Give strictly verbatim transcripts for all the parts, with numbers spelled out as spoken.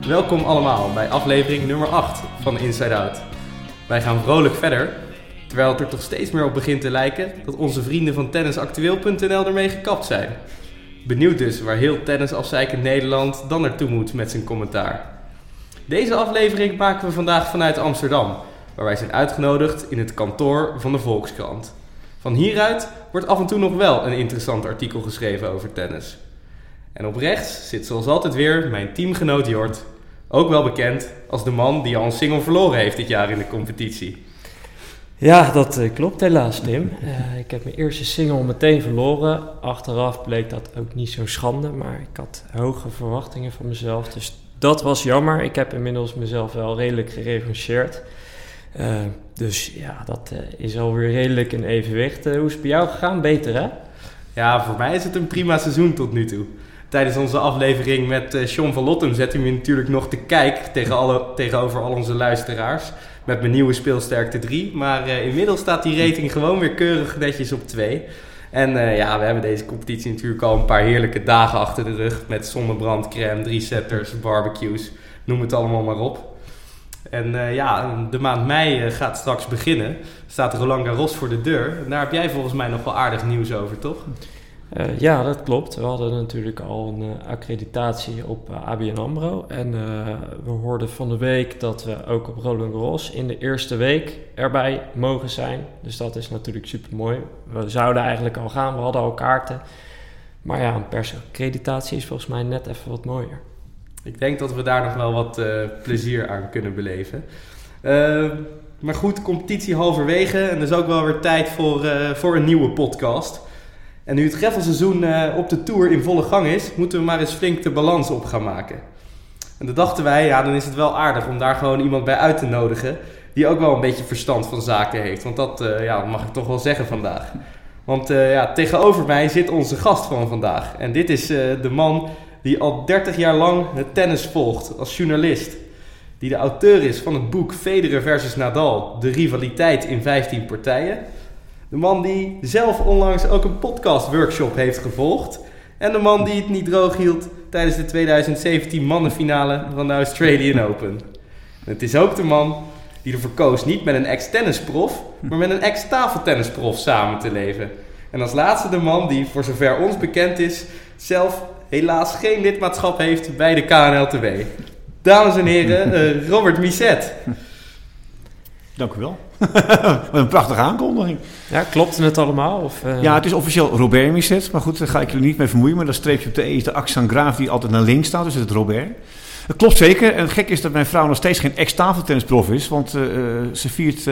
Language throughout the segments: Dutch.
Welkom allemaal bij aflevering nummer acht van Inside Out. Wij gaan vrolijk verder, terwijl het er toch steeds meer op begint te lijken dat onze vrienden van tennisactueel punt n l ermee gekapt zijn. Benieuwd dus waar heel tennisafzeikend Nederland dan naartoe moet met zijn commentaar. Deze aflevering maken we vandaag vanuit Amsterdam, waar wij zijn uitgenodigd in het kantoor van de Volkskrant. Van hieruit wordt af en toe nog wel een interessant artikel geschreven over tennis. En op rechts zit zoals altijd weer mijn teamgenoot Jort, ook wel bekend als de man die al een single verloren heeft dit jaar in de competitie. Ja, dat uh, klopt helaas, Tim. Uh, ik heb mijn eerste single meteen verloren. Achteraf bleek dat ook niet zo'n schande, maar ik had hoge verwachtingen van mezelf. Dus dat was jammer. Ik heb inmiddels mezelf wel redelijk gerevancheerd. Uh, dus ja, dat uh, is alweer redelijk in evenwicht. Uh, hoe is het bij jou gegaan? Beter, hè? Ja, voor mij is het een prima seizoen tot nu toe. Tijdens onze aflevering met uh, Sean van Lottem zet u me natuurlijk nog te kijk tegen alle, tegenover al onze luisteraars. Met mijn nieuwe speelsterkte drie. Maar uh, inmiddels staat die rating gewoon weer keurig netjes op twee. En uh, ja, we hebben deze competitie natuurlijk al een paar heerlijke dagen achter de rug. Met zonnebrand, crème, drie-setters, barbecues. Noem het allemaal maar op. En uh, ja, de maand mei uh, gaat straks beginnen. Staat Roland Garros voor de deur. En daar heb jij volgens mij nog wel aardig nieuws over, toch? Uh, ja, dat klopt. We hadden natuurlijk al een uh, accreditatie op uh, A B N AMRO. En uh, we hoorden van de week dat we ook op Roland Garros in de eerste week erbij mogen zijn. Dus dat is natuurlijk super mooi. We zouden eigenlijk al gaan, we hadden al kaarten. Maar ja, een persaccreditatie is volgens mij net even wat mooier. Ik denk dat we daar nog wel wat uh, plezier aan kunnen beleven. Uh, maar goed, competitie halverwege. En dus ook wel weer tijd voor, uh, voor een nieuwe podcast. En nu het greffelseizoen uh, op de Tour in volle gang is, moeten we maar eens flink de balans op gaan maken. En dan dachten wij, ja, dan is het wel aardig om daar gewoon iemand bij uit te nodigen die ook wel een beetje verstand van zaken heeft. Want dat uh, ja, mag ik toch wel zeggen vandaag. Want uh, ja, tegenover mij zit onze gast van vandaag. En dit is uh, de man die al dertig jaar lang het tennis volgt als journalist. Die de auteur is van het boek Federer versus Nadal, de rivaliteit in vijftien partijen. De man die zelf onlangs ook een podcast-workshop heeft gevolgd. En de man die het niet droog hield tijdens de twintig zeventien mannenfinale van de Australian Open. En het is ook de man die ervoor koos niet met een ex-tennisprof, maar met een ex-tafeltennisprof samen te leven. En als laatste de man die, voor zover ons bekend is, zelf helaas geen lidmaatschap heeft bij de K N L T W. Dames en heren, uh, Robert Misset. Dank u wel. Wat een prachtige aankondiging. Ja, klopte het allemaal? Of, uh... Ja, het is officieel Robert Misset. Maar goed, daar ga ik jullie niet mee vermoeien. Maar dat streepje op de E is de accent graaf die altijd naar links staat. Dus het is Robert. Het klopt zeker. En het gek is dat mijn vrouw nog steeds geen ex-tafeltennisprof is. Want uh, ze viert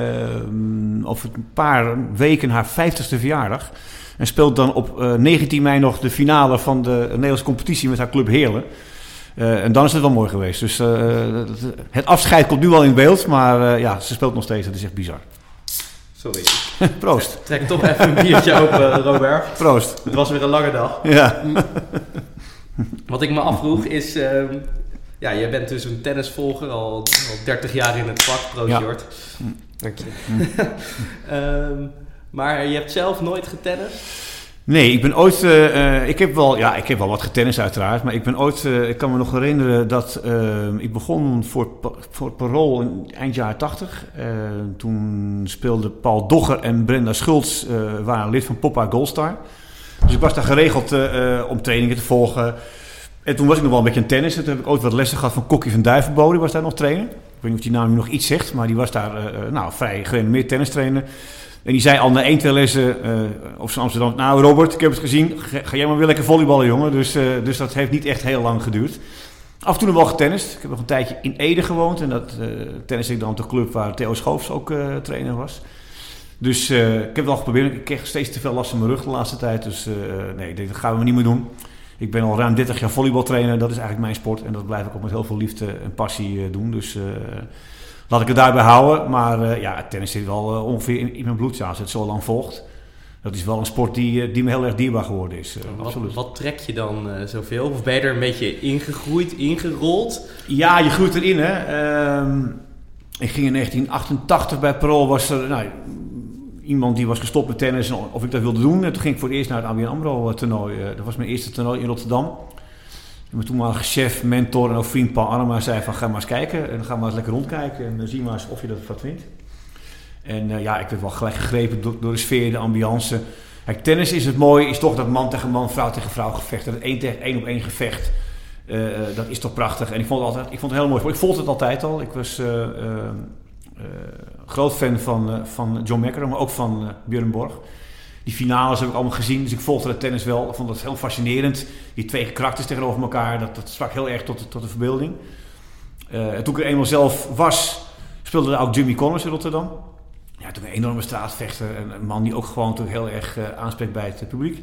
uh, over een paar weken haar vijftigste verjaardag. En speelt dan op uh, negentien mei nog de finale van de Nederlandse competitie met haar club Heerlen. Uh, en dan is het wel mooi geweest. Dus uh, het afscheid komt nu al in beeld. Maar uh, ja, ze speelt nog steeds. Dat is echt bizar. Sorry. Proost. Trek toch even een biertje open, Robert. Proost. Het was weer een lange dag. Ja. Wat ik me afvroeg is... Uh, ja, jij bent dus een tennisvolger. Al, al dertig jaar in het vak. Proost, ja. Jort. Dank je. um, maar je hebt zelf nooit getennist? Nee, ik ben ooit, uh, uh, ik heb wel, ja, ik heb wel wat getennist uiteraard, maar ik ben ooit, uh, ik kan me nog herinneren dat uh, ik begon voor, voor het Parool in eind jaren tachtig. Uh, toen speelden Paul Dogger en Brenda Schultz, uh, waren lid van Popeye Goldstar. Dus ik was daar geregeld uh, om trainingen te volgen. En toen was ik nog wel een beetje aan tennis. Toen heb ik ooit wat lessen gehad van Kokkie van Duivenbode, die was daar nog trainer. Ik weet niet of die naam nu nog iets zegt, maar die was daar uh, nou, vrij gerenommeerd tennistrainer. En die zei al na één, twee lessen uh, op zijn Amsterdam... Nou Robert, ik heb het gezien. Ga, ga jij maar weer lekker volleyballen, jongen. Dus, uh, dus dat heeft niet echt heel lang geduurd. Af en toe nog wel getennist. Ik heb nog een tijdje in Ede gewoond. En dat uh, tennis ik dan op de club waar Theo Schoofs ook uh, trainer was. Dus uh, ik heb het al geprobeerd. Ik kreeg steeds te veel last van mijn rug de laatste tijd. Dus uh, nee, dat gaan we niet meer doen. Ik ben al ruim dertig jaar volleybaltrainer. Dat is eigenlijk mijn sport. En dat blijf ik ook met heel veel liefde en passie uh, doen. Dus... Uh, Laat ik het daarbij houden, maar uh, ja, tennis zit wel uh, ongeveer in, in mijn bloed, ja, als het zo lang volgt. Dat is wel een sport die, uh, die me heel erg dierbaar geworden is. Uh, wat, absoluut. Wat trek je dan uh, zoveel? Of ben je er een beetje ingegroeid, ingerold? Ja, je groeit erin, hè. Uh, ik ging in negentien achtentachtig bij Parool, was er nou, iemand die was gestopt met tennis of ik dat wilde doen. En toen ging ik voor het eerst naar het A B N AMRO toernooi. Uh, dat was mijn eerste toernooi in Rotterdam. mijn toenmalige chef, mentor en ook vriend Paul Arma zei van ga maar eens kijken. En dan gaan we maar eens lekker rondkijken en zie maar eens of je dat wat vindt. En uh, ja, ik werd wel gelijk gegrepen door, door de sfeer, de ambiance. Kijk, tennis is het mooie, is toch dat man tegen man, vrouw tegen vrouw gevecht. Dat één tegen één op één gevecht. Uh, dat is toch prachtig. En ik vond het altijd, ik vond het heel mooi. Ik volgde het altijd al. Ik was uh, uh, uh, groot fan van, uh, van John McEnroe, maar ook van uh, Björn Borg. Die finales heb ik allemaal gezien, dus ik volgde het tennis wel. Ik vond dat heel fascinerend. Die twee karakters tegenover elkaar, dat, dat sprak heel erg tot de, tot de verbeelding. Uh, en toen ik er eenmaal zelf was, speelde er ook Jimmy Connors in Rotterdam. Ja, toen een enorme straatvechter. Een man die ook gewoon toch heel erg uh, aanspreekt bij het publiek.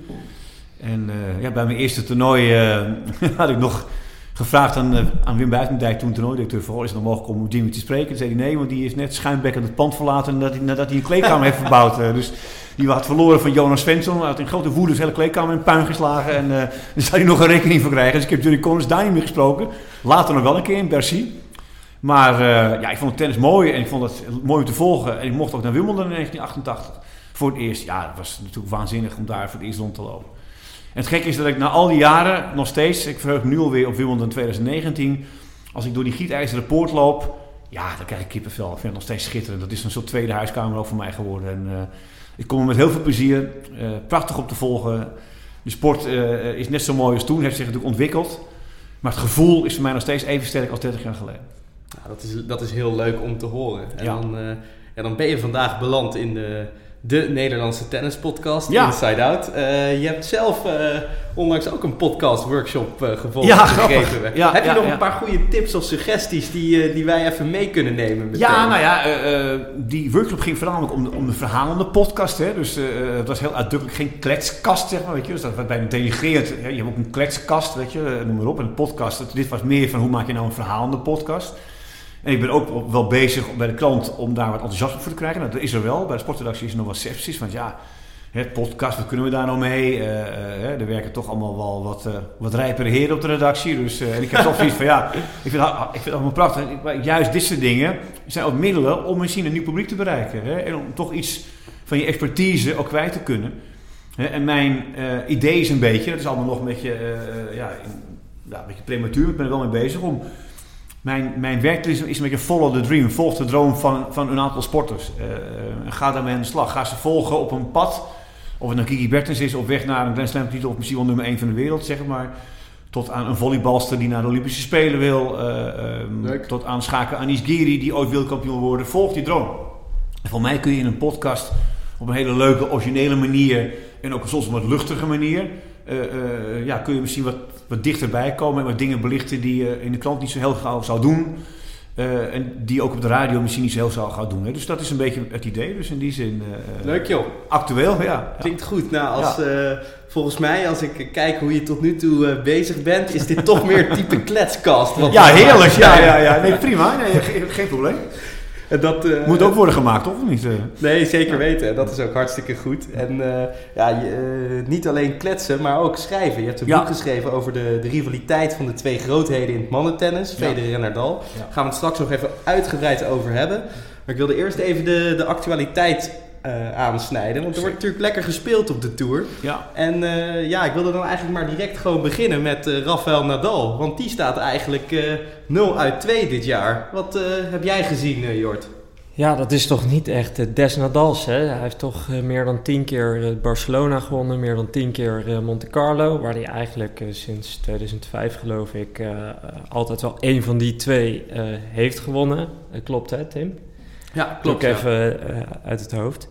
En uh, ja, bij mijn eerste toernooi uh, had ik nog gevraagd aan, uh, aan Wim Buitendijk, toen toernooidirecteur, van, oh, is het nog mogelijk om Jimmy te spreken? Toen zei hij nee, want die is net schuimbekkend het pand verlaten nadat hij, nadat hij een kleedkamer heeft verbouwd. Uh, dus die had verloren van Jonas Svensson. Hij had in grote woede zijn hele kleedkamer in puin geslagen. En uh, daar zou hij nog een rekening voor krijgen. Dus ik heb Johnny Connors daar niet meer gesproken. Later nog wel een keer in Bercy. Maar uh, ja, ik vond het tennis mooi en ik vond het mooi om te volgen. En ik mocht ook naar Wimbledon in negentien achtentachtig. Voor het eerst. Ja, dat was natuurlijk waanzinnig om daar voor het eerst rond te lopen. En het gekke is dat ik na al die jaren nog steeds, ik verheug me nu alweer op Wimbledon twintig negentien. Als ik door die gietijzeren poort loop, ja, dan krijg ik kippenvel. Ik vind het nog steeds schitterend. Dat is een soort tweede huiskamer ook voor mij geworden. En uh, ik kom er met heel veel plezier. Uh, prachtig om te volgen. De sport uh, is net zo mooi als toen. Heeft zich natuurlijk ontwikkeld. Maar het gevoel is voor mij nog steeds even sterk als dertig jaar geleden. Nou, dat, is, dat is heel leuk om te horen. En ja. dan, uh, ja, dan ben je vandaag beland in de, de Nederlandse tennispodcast, ja. Inside Out. Uh, je hebt zelf uh, onlangs ook een podcast-workshop uh, gevolgd. Ja, gegeven. Ja, Heb je ja, nog ja. een paar goede tips of suggesties die, uh, die wij even mee kunnen nemen? Meteen? Ja, nou ja, uh, uh, die workshop ging voornamelijk om de, om de verhalende podcast. Hè? Dus uh, het was heel uitdrukkelijk geen kletskast, zeg maar. Weet je? Dus dat werd bijna denigrerend. Ja, je hebt ook een kletskast, weet je, noem maar op. En een podcast, dat, dit was meer van hoe maak je nou een verhalende podcast. En ik ben ook wel bezig bij de klant om daar wat enthousiasme voor te krijgen. Nou, dat is er wel. Bij de sportredactie is er nog wat sepsis. Want ja, het podcast, wat kunnen we daar nou mee? Uh, uh, er werken toch allemaal wel wat, uh, wat rijpere heren op de redactie. Dus uh, en ik heb toch zoiets van ja, ik vind, ik vind het allemaal prachtig. Maar juist dit soort dingen zijn ook middelen om misschien een nieuw publiek te bereiken. Hè? En om toch iets van je expertise ook kwijt te kunnen. Hè? En mijn uh, idee is een beetje, dat is allemaal nog een beetje, uh, ja, in, ja, een beetje prematuur. Ik ben er wel mee bezig om... Mijn, mijn werk is, is een beetje follow the dream. Volg de droom van, van een aantal sporters. Uh, ga daarmee aan de slag. Ga ze volgen op een pad. Of het nou Kiki Bertens is op weg naar een Grand Slam titel of misschien wel nummer één van de wereld, zeg maar. Tot aan een volleybalster die naar de Olympische Spelen wil. Uh, um, tot aan schaken Anis Giri die ooit wereldkampioen wil worden. Volg die droom. En voor mij kun je in een podcast op een hele leuke, originele manier en ook soms op een wat luchtige manier... Uh, uh, ja, kun je misschien wat, wat dichterbij komen en wat dingen belichten die je in de krant niet zo heel gauw zou doen. Uh, en die ook op de radio misschien niet zo heel gauw gaan doen. Hè. Dus dat is een beetje het idee. Dus in die zin... Uh, Leuk joh. Actueel, ja. Klinkt goed. Nou, als, ja. uh, volgens mij, als ik kijk hoe je tot nu toe uh, bezig bent, is dit toch meer type kletskast. Ja, heerlijk. Ja, ja, ja. Nee, prima. Nee, geen, geen probleem. En dat, uh, moet ook worden gemaakt, toch? Of niet? Nee, zeker weten. Dat is ook hartstikke goed. En uh, ja, je, uh, niet alleen kletsen, maar ook schrijven. Je hebt een ja. boek geschreven over de, de rivaliteit van de twee grootheden in het mannentennis, Federer ja. en Nadal. Daar ja. gaan we het straks nog even uitgebreid over hebben. Maar ik wilde eerst even de, de actualiteit uh, aansnijden. Want er wordt natuurlijk lekker gespeeld op de Tour. Ja. En uh, ja, ik wilde dan eigenlijk maar direct gewoon beginnen met uh, Rafael Nadal. Want die staat eigenlijk uh, nul uit twee dit jaar. Wat uh, heb jij gezien, uh, Jort? Ja, dat is toch niet echt uh, des Nadals, hè? Hij heeft toch uh, meer dan tien keer uh, Barcelona gewonnen, meer dan tien keer uh, Monte Carlo, waar hij eigenlijk uh, sinds tweeduizend vijf geloof ik uh, uh, altijd wel één van die twee uh, heeft gewonnen. Uh, klopt hè, Tim? Ja, klopt. Ook even uh, uit het hoofd.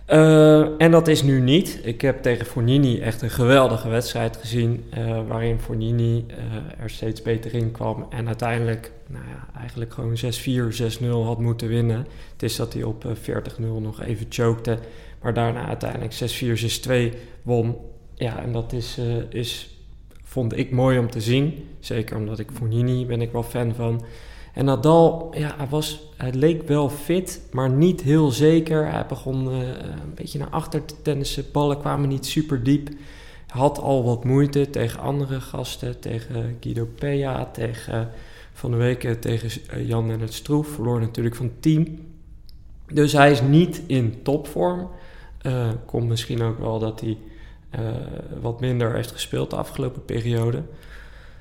Uh, en dat is nu niet. Ik heb tegen Fognini echt een geweldige wedstrijd gezien, uh, waarin Fognini uh, er steeds beter in kwam en uiteindelijk, nou ja, eigenlijk gewoon zes vier, zes nul had moeten winnen. Het is dat hij op uh, veertig nul nog even chokte, maar daarna uiteindelijk zes vier, zes twee won. Ja, en dat is, uh, is, vond ik mooi om te zien. Zeker omdat ik Fognini ben ik wel fan van. En Nadal, ja, hij, was, hij leek wel fit, maar niet heel zeker. Hij begon uh, een beetje naar achter te tennissen. Ballen kwamen niet super diep. Hij had al wat moeite tegen andere gasten. Tegen Guido Pella, tegen Van de Week, tegen uh, Jan-Lennart Stroef. Verloor natuurlijk van tien. Dus hij is niet in topvorm. Uh, komt misschien ook wel dat hij uh, wat minder heeft gespeeld de afgelopen periode.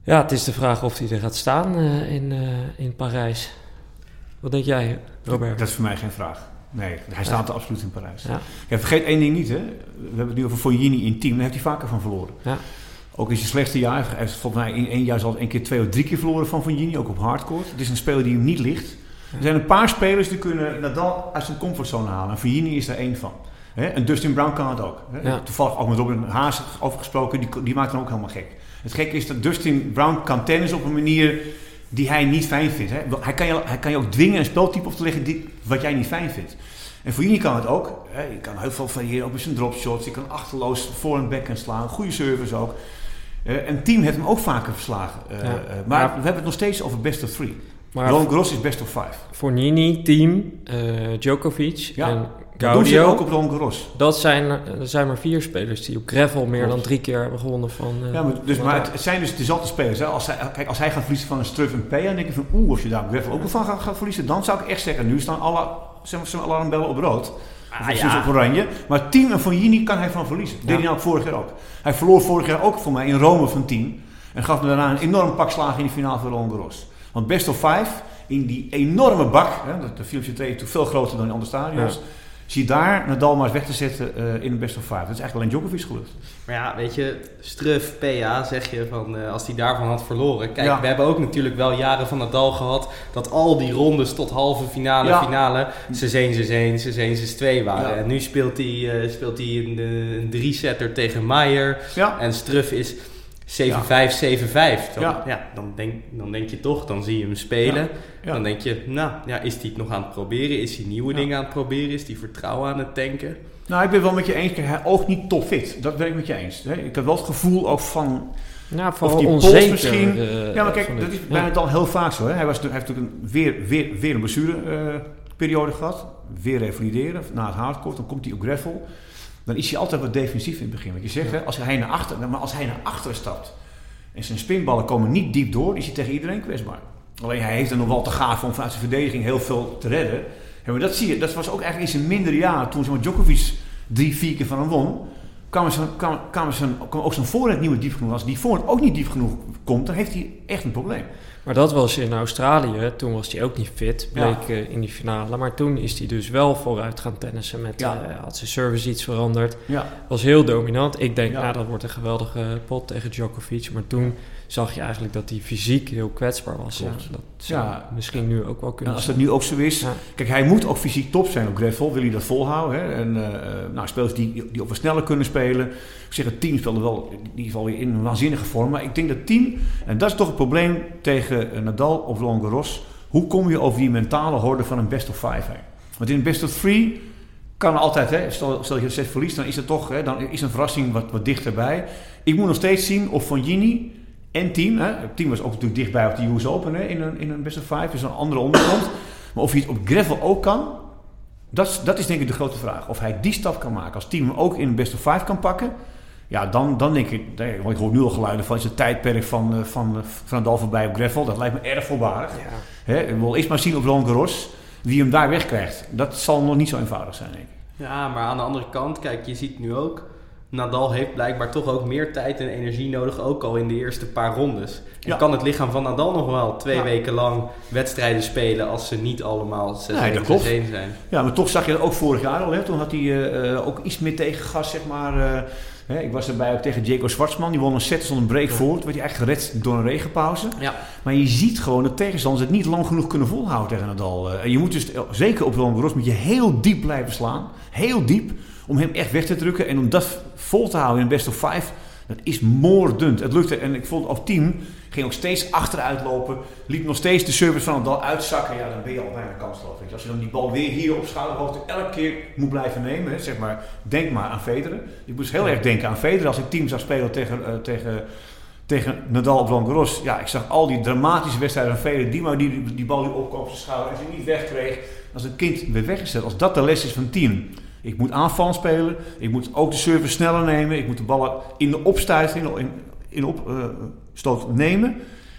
Ja, het is de vraag of hij er gaat staan uh, in, uh, in Parijs. Wat denk jij, Robert? Dat is voor mij geen vraag. Nee, hij staat ja. er absoluut in Parijs. Ja. Ja, vergeet één ding niet, hè. We hebben het nu over Fognini in team. Daar heeft hij vaker van verloren. Ja. Ook in zijn slechtste jaar. Hij heeft volgens mij in één jaar al één keer twee of drie keer verloren van Fognini. Ook op hardcourt. Het is een speler die hem niet ligt. Ja. Er zijn een paar spelers die kunnen Nadal uit zijn comfortzone halen. En Fognini is daar één van. He? En Dustin Brown kan het ook. Ja. Toevallig ook met Robin Haase over gesproken. Die, die maakt hem ook helemaal gek. Het gekke is dat Dustin Brown kan tennis op een manier die hij niet fijn vindt. Hè? Hij, kan je, hij kan je ook dwingen een speltype op te leggen die, wat jij niet fijn vindt. En Fognini kan het ook. Hè? Je kan heel veel variëren, ook met zijn dropshots. Je kan achterloos voor- en backhand slaan. Goede service ook. Uh, en team heeft hem ook vaker verslagen. Uh, ja. uh, maar ja. we hebben het nog steeds over best of three. Roland Garros is best of five. Fognini, team, uh, Djokovic ja. en Gaudio. Dat ook op Roland Garros. Dat zijn, er zijn maar vier spelers die op gravel meer Klopt. dan drie keer hebben gewonnen van... Uh, ja, maar, dus, maar het, het zijn dus dezelfde spelers. Hè. Als, hij, kijk, als hij gaat verliezen van een Struff en Pea, dan denk je van oeh, als je daar op gravel ook nog van gaat, gaat verliezen, dan zou ik echt zeggen, nu staan alle, zijn alarmbellen op rood. Of ah, ja. op oranje. Maar team en Fognini kan hij van verliezen. Dat ja. deed hij nou vorig jaar ook. Hij verloor vorig jaar ook voor mij in Rome van team. En gaf me daarna een enorm pak slagen in de finale van Roland Garros. Want best of five, in die enorme bak, hè, de Philips G twee is veel groter dan in andere stadions. Ja. Zie je daar Nadal maar eens weg te zetten uh, in een best of five. Dat is eigenlijk alleen Djokovic gelukt. Maar ja, weet je, Struff, P A, zeg je, van, uh, als hij daarvan had verloren. Kijk, ja. we hebben ook natuurlijk wel jaren van Nadal gehad, dat al die rondes tot halve finale, ja. finale, zes een, zes een, zes een, zes twee waren. Ja. En nu speelt hij, uh, speelt hij een, een drie-setter tegen Maier. Ja. En Struff is zeven vijf, ja. zeven vijf. Dan, ja. Ja, dan, denk, dan denk je toch, dan zie je hem spelen. Ja. Ja. Dan denk je, nou, ja, is hij het nog aan het proberen? Is hij nieuwe ja. dingen aan het proberen? Is hij vertrouwen aan het tanken? Nou, ik ben wel met je eens. Hij oogt niet topfit. Dat ben ik met je eens. Ik heb wel het gevoel ook van... Ja, of die pols misschien... Uh, ja, maar kijk, dat is ja. bijna dan heel vaak zo. Hè? Hij, was, hij heeft natuurlijk een, weer, weer, weer een blessureperiode uh, gehad. Weer revalideren na het hardcourt. Dan komt hij op gravel. Dan is hij altijd wat defensief in het begin. Want je zegt, ja. hè, als hij naar achter, maar als hij naar achteren stapt en zijn spinballen komen niet diep door, is hij tegen iedereen kwetsbaar. Alleen hij heeft er nog wel te gaaf om vanuit zijn verdediging heel veel te redden. Ja, maar dat zie je, dat was ook eigenlijk in zijn mindere jaren, toen zo'n Djokovic drie, vier keer van hem won, kwam, zijn, kwam, kwam, zijn, kwam ook zijn voorhand niet meer diep genoeg. Als die voorhand ook niet diep genoeg komt, dan heeft hij echt een probleem. Maar dat was in Australië, toen was hij ook niet fit, bleek ja. uh, in die finale. Maar toen is hij dus wel vooruit gaan tennissen, met, ja. uh, had zijn service iets veranderd. Ja. Was heel dominant. Ik denk, ja. nou dat wordt een geweldige pot tegen Djokovic. Maar toen zag je eigenlijk dat hij fysiek heel kwetsbaar was. Ja, dat zou ja. misschien nu ook wel kunnen en als dat nu ook zo is... Ja. Kijk, hij moet ook fysiek top zijn op gravel, wil hij dat volhouden. Hè? En uh, nou, spelers die, die ook wat sneller kunnen spelen. Ik zeg, het team speelde wel, die is wel weer in een waanzinnige vorm. Maar ik denk dat team, en dat is toch het probleem tegen uh, Nadal of Roland Garros. Hoe kom je over die mentale horde van een best of five heen? Want in een best of three kan altijd, hè, stel, stel je een set verliest, dan is het toch, hè, dan is een verrassing wat, wat dichterbij. Ik moet nog steeds zien of Fognini en team, hè, het team was ook natuurlijk dichtbij op de U S Open, hè, in, een, in een best of five, dus een andere ondergrond. Maar of hij het op gravel ook kan, dat, dat is denk ik de grote vraag. Of hij die stap kan maken, als team ook in een best of five kan pakken. Ja, dan, dan denk ik, want ik hoor nu al geluiden van, is het tijdperk van, van, van Nadal voorbij op gravel, dat lijkt me erg voorbarig. Ja. Hè, we willen eerst maar zien op Roland Garros wie hem daar wegkrijgt. Dat zal nog niet zo eenvoudig zijn, denk ik. Ja, maar aan de andere kant, kijk, je ziet nu ook, Nadal heeft blijkbaar toch ook meer tijd en energie nodig, ook al in de eerste paar rondes. En ja. kan het lichaam van Nadal nog wel twee ja. weken lang wedstrijden spelen als ze niet allemaal zes een zijn. Ja, maar toch zag je dat ook vorig jaar al. Hè? Toen had hij uh, ook iets meer tegengas, zeg maar. Uh, hè? Ik was erbij ook tegen Diego Schwartzman. Die won een set zonder break ja. voor. Toen werd hij eigenlijk gered door een regenpauze. Ja. Maar je ziet gewoon dat tegenstanders het niet lang genoeg kunnen volhouden tegen Nadal. Uh, en je moet dus, zeker op Roland Garros, moet je heel diep blijven slaan. Heel diep. Om hem echt weg te drukken en om dat vol te houden in een best of five, dat is moordend. Het lukte en ik vond ook team ging ook steeds achteruit lopen, liep nog steeds de service van Nadal uitzakken. Ja, dan ben je al bijna kansloos. Als je dan die bal weer hier op schouderhoogte elke keer moet blijven nemen, hè, zeg maar, denk maar aan Federer. Ik moest heel erg denken aan Federer als ik team zag spelen tegen, uh, tegen, tegen Nadal op Roland Garros. Ja, ik zag al die dramatische wedstrijden van Federer, die maar die, die bal die opkwam op zijn schouder en ze niet wegkreeg. Als een kind weer weggezet. Als dat de les is van team. Ik moet aanvallen spelen. Ik moet ook de service sneller nemen. Ik moet de ballen in de opstuiting, in, in opstoot uh, nemen.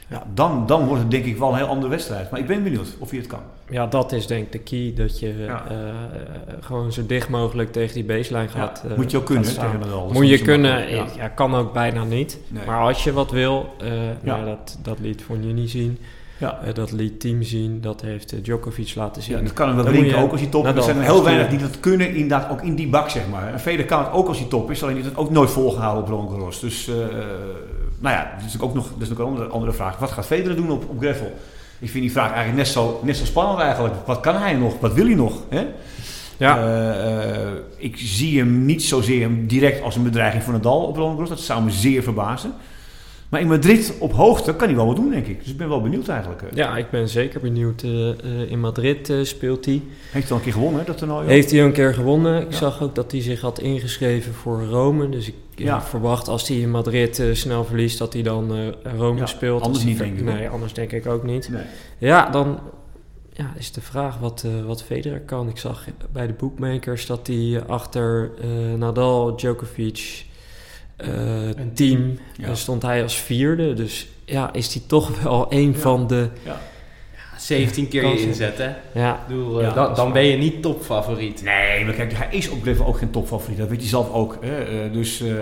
Ja, dan, dan wordt het denk ik wel een heel andere wedstrijd. Maar ik ben benieuwd of hij het kan. Ja, dat is denk ik de key. Dat je ja. uh, gewoon zo dicht mogelijk tegen die baseline gaat ja, uh, moet je ook kunnen tegen Nadal. Moet je kunnen. Ja. ja, kan ook bijna niet. Nee. Maar als je wat wil, uh, ja. ja. nou, dat, dat liet Fognini zien. Ja. Uh, dat liet Thiem zien. Dat heeft uh, Djokovic laten zien. Ja, dat kan hem wel blinken ook als hij top is. Nou, er zijn er heel weinig die dat kunnen, inderdaad ook in die bak, zeg maar. En Federer kan het ook als hij top is, alleen die het ook nooit volgehouden op Roland Garros. Dus, uh, nou ja, dat is ook nog, dat is ook een andere, andere vraag. Wat gaat Federer doen op, op gravel? Ik vind die vraag eigenlijk net zo, net zo spannend eigenlijk. Wat kan hij nog? Wat wil hij nog? Hè? Ja. Uh, uh, ik zie hem niet zozeer direct als een bedreiging voor Nadal op Roland Garros. Dat zou me zeer verbazen. Maar in Madrid op hoogte kan hij wel wat doen, denk ik. Dus ik ben wel benieuwd eigenlijk. Ja, ik ben zeker benieuwd. Uh, uh, in Madrid uh, speelt hij. Heeft hij al een keer gewonnen, hè, dat toernooi? Heeft hij al een keer gewonnen. Ik ja. zag ook dat hij zich had ingeschreven voor Rome. Dus ik ja. Ja, verwacht als hij in Madrid uh, snel verliest, dat hij dan uh, Rome ja, speelt. Anders niet, ver- denk ik. Nee, anders denk ik ook niet. Nee. Ja, dan ja, is de vraag wat, uh, wat Federer kan. Ik zag bij de bookmakers dat hij achter uh, Nadal, Djokovic... Uh, een team, ja. Dan stond hij als vierde. Dus ja, is hij toch wel een ja. van de... Ja. Ja, zeventien keer je inzetten. Ja. Ik bedoel, ja, dan, dan ben je niet topfavoriet. Nee, maar kijk, hij is op gravel ook geen topfavoriet. Dat weet hij zelf ook. Hè? Uh, dus uh, uh,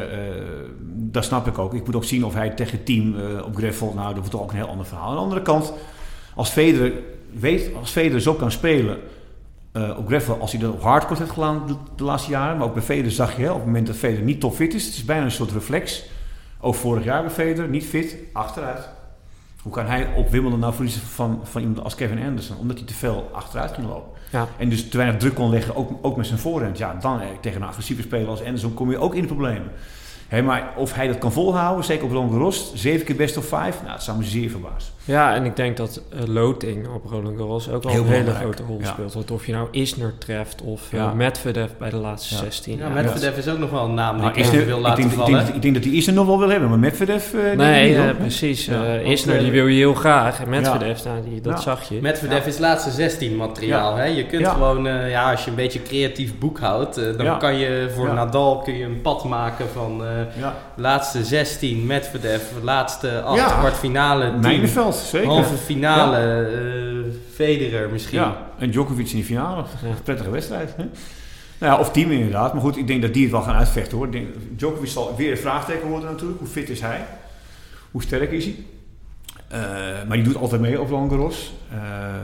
dat snap ik ook. Ik moet ook zien of hij tegen het team uh, op gravel... Nou, dat wordt toch ook een heel ander verhaal. Aan de andere kant, als Federer, weet, als Federer zo kan spelen... Uh, op gravel, als hij dat op hardcourt heeft gedaan de, de laatste jaren, maar ook bij Federer zag je, hè, op het moment dat Federer niet topfit is, het is bijna een soort reflex. Ook vorig jaar bij Federer, niet fit, achteruit. Hoe kan hij op Wimbledon nou verliezen van, van iemand als Kevin Anderson, omdat hij te veel achteruit ging lopen. Ja. En dus te weinig druk kon leggen, ook, ook met zijn voorhand. Ja, dan eh, tegen een agressieve speler als Anderson kom je ook in de problemen. Hey, maar of hij dat kan volhouden, zeker op Roland Garros, zeven keer best of vijf, nou, dat zou me zeer verbazen. Ja, en ik denk dat uh, loting op Roland Garros ook wel heel een hele grote rol ja. speelt. Want of je nou Isner treft of uh, ja. Medvedev bij de laatste ja. zestien. Ja, Medvedev is ook nog wel een naam die nou, ik even wil laten ik denk, vallen. Ik denk, ik denk dat hij Isner nog wel wil hebben, maar Medvedev... Uh, nee, niet, uh, precies. Uh, ja. Isner die wil je heel graag. En Medvedev, ja. nou, die, dat ja. zag je. Medvedev ja. is laatste zestien materiaal. Ja. Hè? Je kunt ja. gewoon, uh, ja, als je een beetje creatief boekhoudt, uh, dan ja. kan je voor ja. Nadal kun je een pad maken van uh, ja. laatste zestien, Medvedev, laatste acht, ja. kwartfinale, tien, Mijnenveld, zeker. halve finale, ja. uh, Federer misschien. Ja. En Djokovic in de finale. Ja. Prettige wedstrijd. Hè? Nou ja, of team inderdaad. Maar goed, ik denk dat die het wel gaan uitvechten hoor. Ik denk, Djokovic zal weer een vraagteken worden natuurlijk. Hoe fit is hij? Hoe sterk is hij? Uh, maar die doet altijd mee op Roland Garros. Uh,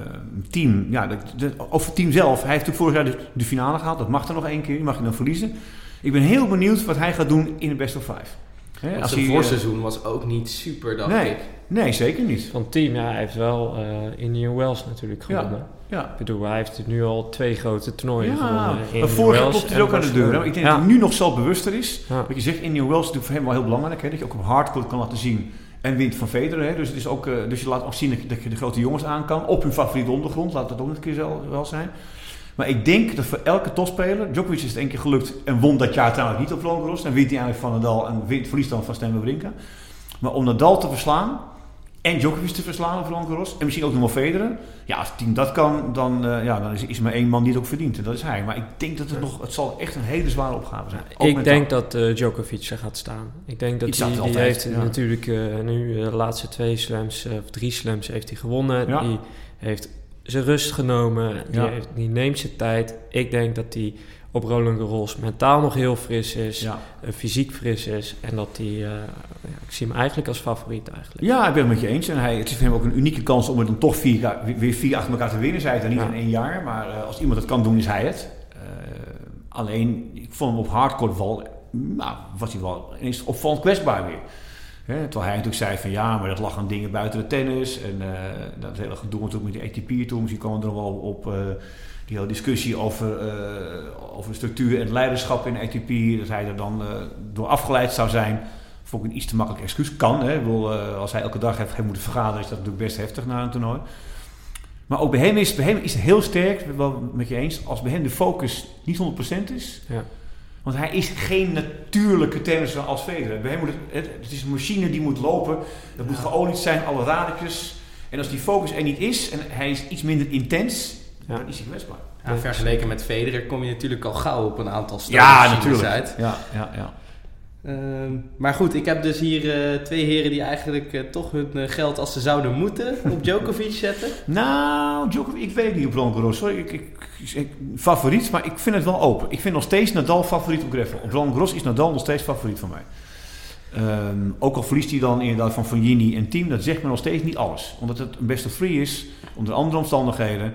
team, ja, de, de, over het team zelf. Hij heeft natuurlijk vorig jaar de, de finale gehaald. Dat mag er nog één keer. Die mag je dan verliezen. Ik ben heel benieuwd wat hij gaat doen in de best of five. He, als zijn hij, voorseizoen uh, was ook niet super, dacht nee, ik. Nee, zeker niet. Van het team, ja, hij heeft wel uh, Indian Wells natuurlijk gewonnen. Ja, ja. Ik bedoel, hij heeft nu al twee grote toernooien ja, gewonnen. Maar vorig jaar klopt hij ook aan de deur. Hè? Ik denk ja. dat hij nu nog zelfbewuster is. Ja. Wat je zegt, Indian Wells is natuurlijk voor hem wel heel belangrijk. Hè? Dat je ook op hardcourt kan laten zien en wint van Federer. Hè? Dus, het is ook, uh, dus je laat ook zien dat je de grote jongens aan kan. Op hun favoriete ondergrond, laat dat ook nog een keer wel, wel zijn. Maar ik denk dat voor elke topspeler, Djokovic is het één keer gelukt en won dat jaar trouwens niet op Roland Garros. Dan wint hij eigenlijk van Nadal en wint, verliest dan van Stan Wawrinka. Maar om Nadal te verslaan en Djokovic te verslaan op Roland Garros en misschien ook nog wel Federer. Ja, als het team dat kan, dan, uh, ja, dan is, is er maar één man die het ook verdient en dat is hij. Maar ik denk dat het nog, het zal echt een hele zware opgave zijn. Ook ik denk dat uh, Djokovic er gaat staan. Ik denk dat hij, die altijd, heeft ja. natuurlijk uh, nu uh, de laatste twee slams, uh, of drie slams heeft hij gewonnen. Ja. Die heeft zijn rust genomen, die, ja. heeft, die neemt zijn tijd. Ik denk dat hij op Roland Garros mentaal nog heel fris is, ja. uh, fysiek fris is en dat hij, uh, ja, ik zie hem eigenlijk als favoriet eigenlijk. Ja, ik ben het met je eens en hij, het is voor hem ook een unieke kans om het dan toch vier, weer vier achter elkaar te winnen, zei het dan niet ja. in één jaar, maar uh, als iemand het kan doen is hij het. Uh, alleen, ik vond hem op hardcourt wel, nou, was hij wel ineens opvallend kwetsbaar weer. He, terwijl hij natuurlijk zei van ja, maar dat lag aan dingen buiten de tennis. En uh, dat hele gedoe natuurlijk met die A T P toen. Misschien kwam er wel op uh, die hele discussie over, uh, over de structuur en het leiderschap in de A T P. Dat hij er dan uh, door afgeleid zou zijn. Vond ik een iets te makkelijk excuus. Kan, hè. Ik bedoel, uh, als hij elke dag heeft, heeft moeten vergaderen, is dat natuurlijk best heftig na een toernooi. Maar ook bij hem is, bij hem is het heel sterk, wel met je eens, als bij hem de focus niet honderd procent is. Ja. Want hij is geen natuurlijke tennisser als Federer. Bij hem moet het, het is een machine die moet lopen. Dat moet ja. geolied zijn, alle radertjes. En als die focus er niet is en hij is iets minder intens, ja. dan is hij kwetsbaar. Ja, vergeleken met Federer kom je natuurlijk al gauw op een aantal ja, natuurlijk. uit. Ja, ja, ja. Uh, maar goed, ik heb dus hier uh, twee heren die eigenlijk uh, toch hun uh, geld als ze zouden moeten op Djokovic zetten. Nou, Djokovic, ik weet niet op Roland Garros. Sorry, ik, ik, ik, favoriet, maar ik vind het wel open. Ik vind nog steeds Nadal favoriet op gravel. Op Roland Garros is Nadal nog steeds favoriet van mij. Um, ook al verliest hij dan inderdaad van Fognini en team, dat zegt me nog steeds niet alles. Omdat het een best of three is, onder andere omstandigheden.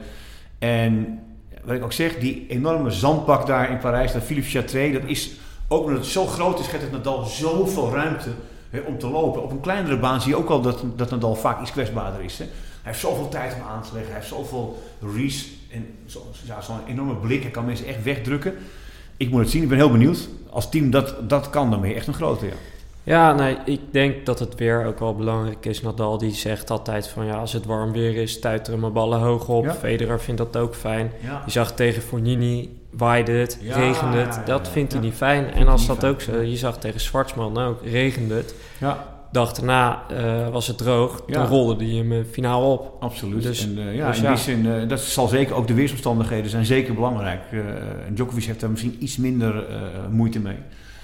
En wat ik ook zeg, die enorme zandbak daar in Parijs, dat Philippe Chatrier, dat is, ook omdat het zo groot is, geeft het Nadal zoveel ruimte he, om te lopen. Op een kleinere baan zie je ook al dat, dat Nadal vaak iets kwetsbaarder is. He. Hij heeft zoveel tijd om aan te leggen, hij heeft zoveel reach en zo, ja, zo'n enorme blik, hij kan mensen echt wegdrukken. Ik moet het zien, ik ben heel benieuwd. Als team dat, dat kan, dan ben je echt een grote, ja. Ja, nee, ik denk dat het weer ook wel belangrijk is. Nadal die zegt altijd van ja, als het warm weer is, stuiteren mijn ballen hoog op. Ja. Federer vindt dat ook fijn. Ja. Je zag tegen Fognini, waaide het, ja, regende het. Dat ja, ja, vindt ja. hij niet fijn. En als dat fijn. ook zo, je zag tegen Schwartzman ook, regende het. Ja. Dag daarna uh, was het droog, ja. dan rolde hij hem uh, finaal op. Absoluut. Dus, en, uh, ja, dus in ja. die zin, uh, dat zal zeker ook de weersomstandigheden zijn zeker belangrijk. Uh, en Djokovic heeft daar misschien iets minder uh, moeite mee.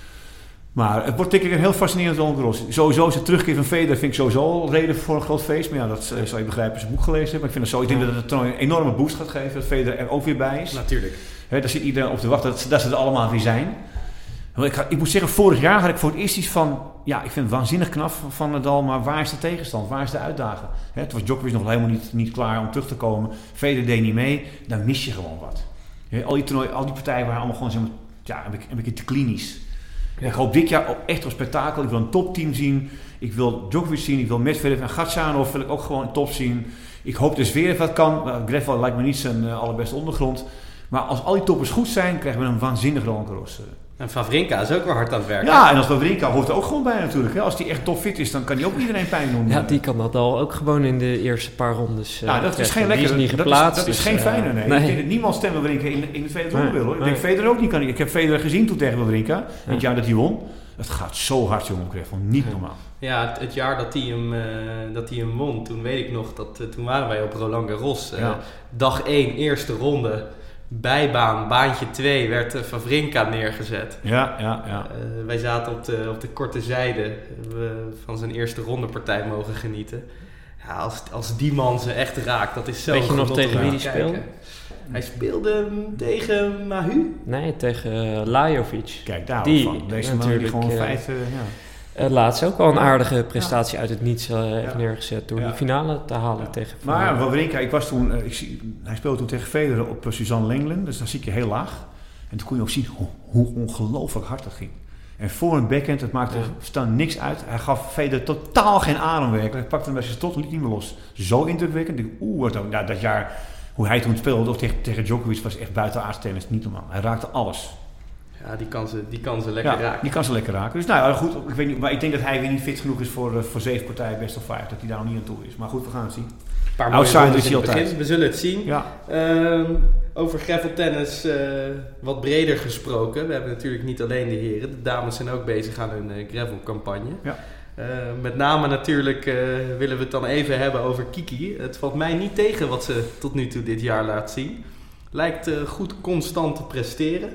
Maar het wordt denk ik een heel fascinerend Roland Garros. Sowieso zijn terugkeer van Federer vind ik sowieso al reden voor een groot feest. Maar ja, dat uh, zal je begrijpen als je het boek gelezen hebt. Maar ik vind het zo, ik denk dat het toernooi een enorme boost gaat geven. Dat Federer er ook weer bij is. Natuurlijk. He, daar zit iedereen op te wachten dat, dat ze er allemaal weer zijn. Ik, ga, ik moet zeggen, vorig jaar had ik voor het eerst iets van... Ja, ik vind het waanzinnig knap van Nadal, maar waar is de tegenstand? Waar is de uitdaging? He, toen was Djokovic nog helemaal niet, niet klaar om terug te komen. Federer deed niet mee. Dan mis je gewoon wat. He, al die toernooi, al die partijen waren allemaal gewoon zeg maar, ja, een beetje, een beetje te klinisch. Ja. Ik hoop dit jaar ook echt een spektakel. Ik wil een topteam zien. Ik wil Djokovic zien. Ik wil Medvedev en Gatchanov wil ik ook gewoon top zien. Ik hoop dus weer wat kan. Uh, Gravel lijkt me niet zijn uh, allerbeste ondergrond. Maar als al die toppers goed zijn, krijgen we een waanzinnig Roland Garros. En Wawrinka is ook wel hard aan het werken. Ja, en als Wawrinka hoort er ook gewoon bij natuurlijk. Hè. Als die echt topfit is, dan kan hij ook iedereen pijn doen. Ja, die kan dat al ook gewoon in de eerste paar rondes. Uh, ja, dat is geen lekker. Dat is, geplaatst, dat is, dat is dus, geen fijne. Nee. nee. Ik denk dat niemand stem Wawrinka in, in de tweede ronde wil hoor. Ik denk nee. Federer ook niet kan. Ik heb Federer gezien toen tegen Wawrinka. Ja. Het jaar dat hij won. Het gaat zo hard, jongen, op Gravel. Niet ja. normaal. Ja, het, het jaar dat hij, hem, uh, dat hij hem won, toen weet ik nog dat uh, toen waren wij op Roland Garros. Uh, ja. Dag één, eerste ronde. Bijbaan, baantje twee, werd uh, Wawrinka neergezet. Ja, ja, ja. Uh, wij zaten op de, op de korte zijde we van zijn eerste rondepartij mogen genieten. Ja, als, als die man ze echt raakt, dat is zo. Weet je nog tegen wie die speelde? Hij speelde tegen Mahu? Nee, tegen uh, Lajovic. Kijk, daar die van. Deze natuurlijk gewoon uh, vijf, uh, ja. Uh, laatst ook wel een aardige prestatie ja. uit het niets uh, heeft ja. neergezet door ja. die finale te halen ja. tegen Federer. Maar Wawrinka, ik was toen, uh, ik zie, hij speelde toen tegen Federer op uh, Suzanne Lenglen, dus dan zie je heel laag. En toen kon je ook zien hoe, hoe ongelooflijk hard dat ging. En voor een backhand, het maakte ja. niks uit. Hij gaf Federer totaal geen ademwerk. Hij pakte hem bij zijn tot en liet niet meer los. Zo indrukwekkend. Ik dacht, oeh, wat nou, dat jaar, hoe hij toen speelde, of tegen, tegen Djokovic, was echt buitenaards tennis, niet normaal. Hij raakte alles. Ja, die kan ze, die kan ze lekker ja, raken. die kan ze lekker raken. Dus nou ja, goed, ik weet niet, maar ik denk dat hij weer niet fit genoeg is voor, uh, voor zeven partijen best of vijf. Dat hij daar nog niet aan toe is. Maar goed, we gaan het zien. Een paar outsider is hij altijd. We zullen het zien. Ja. Um, over graveltennis uh, wat breder gesproken. We hebben natuurlijk niet alleen de heren. De dames zijn ook bezig aan hun uh, gravelcampagne. Ja. Uh, met name natuurlijk uh, willen we het dan even hebben over Kiki. Het valt mij niet tegen wat ze tot nu toe dit jaar laat zien. Lijkt uh, goed constant te presteren.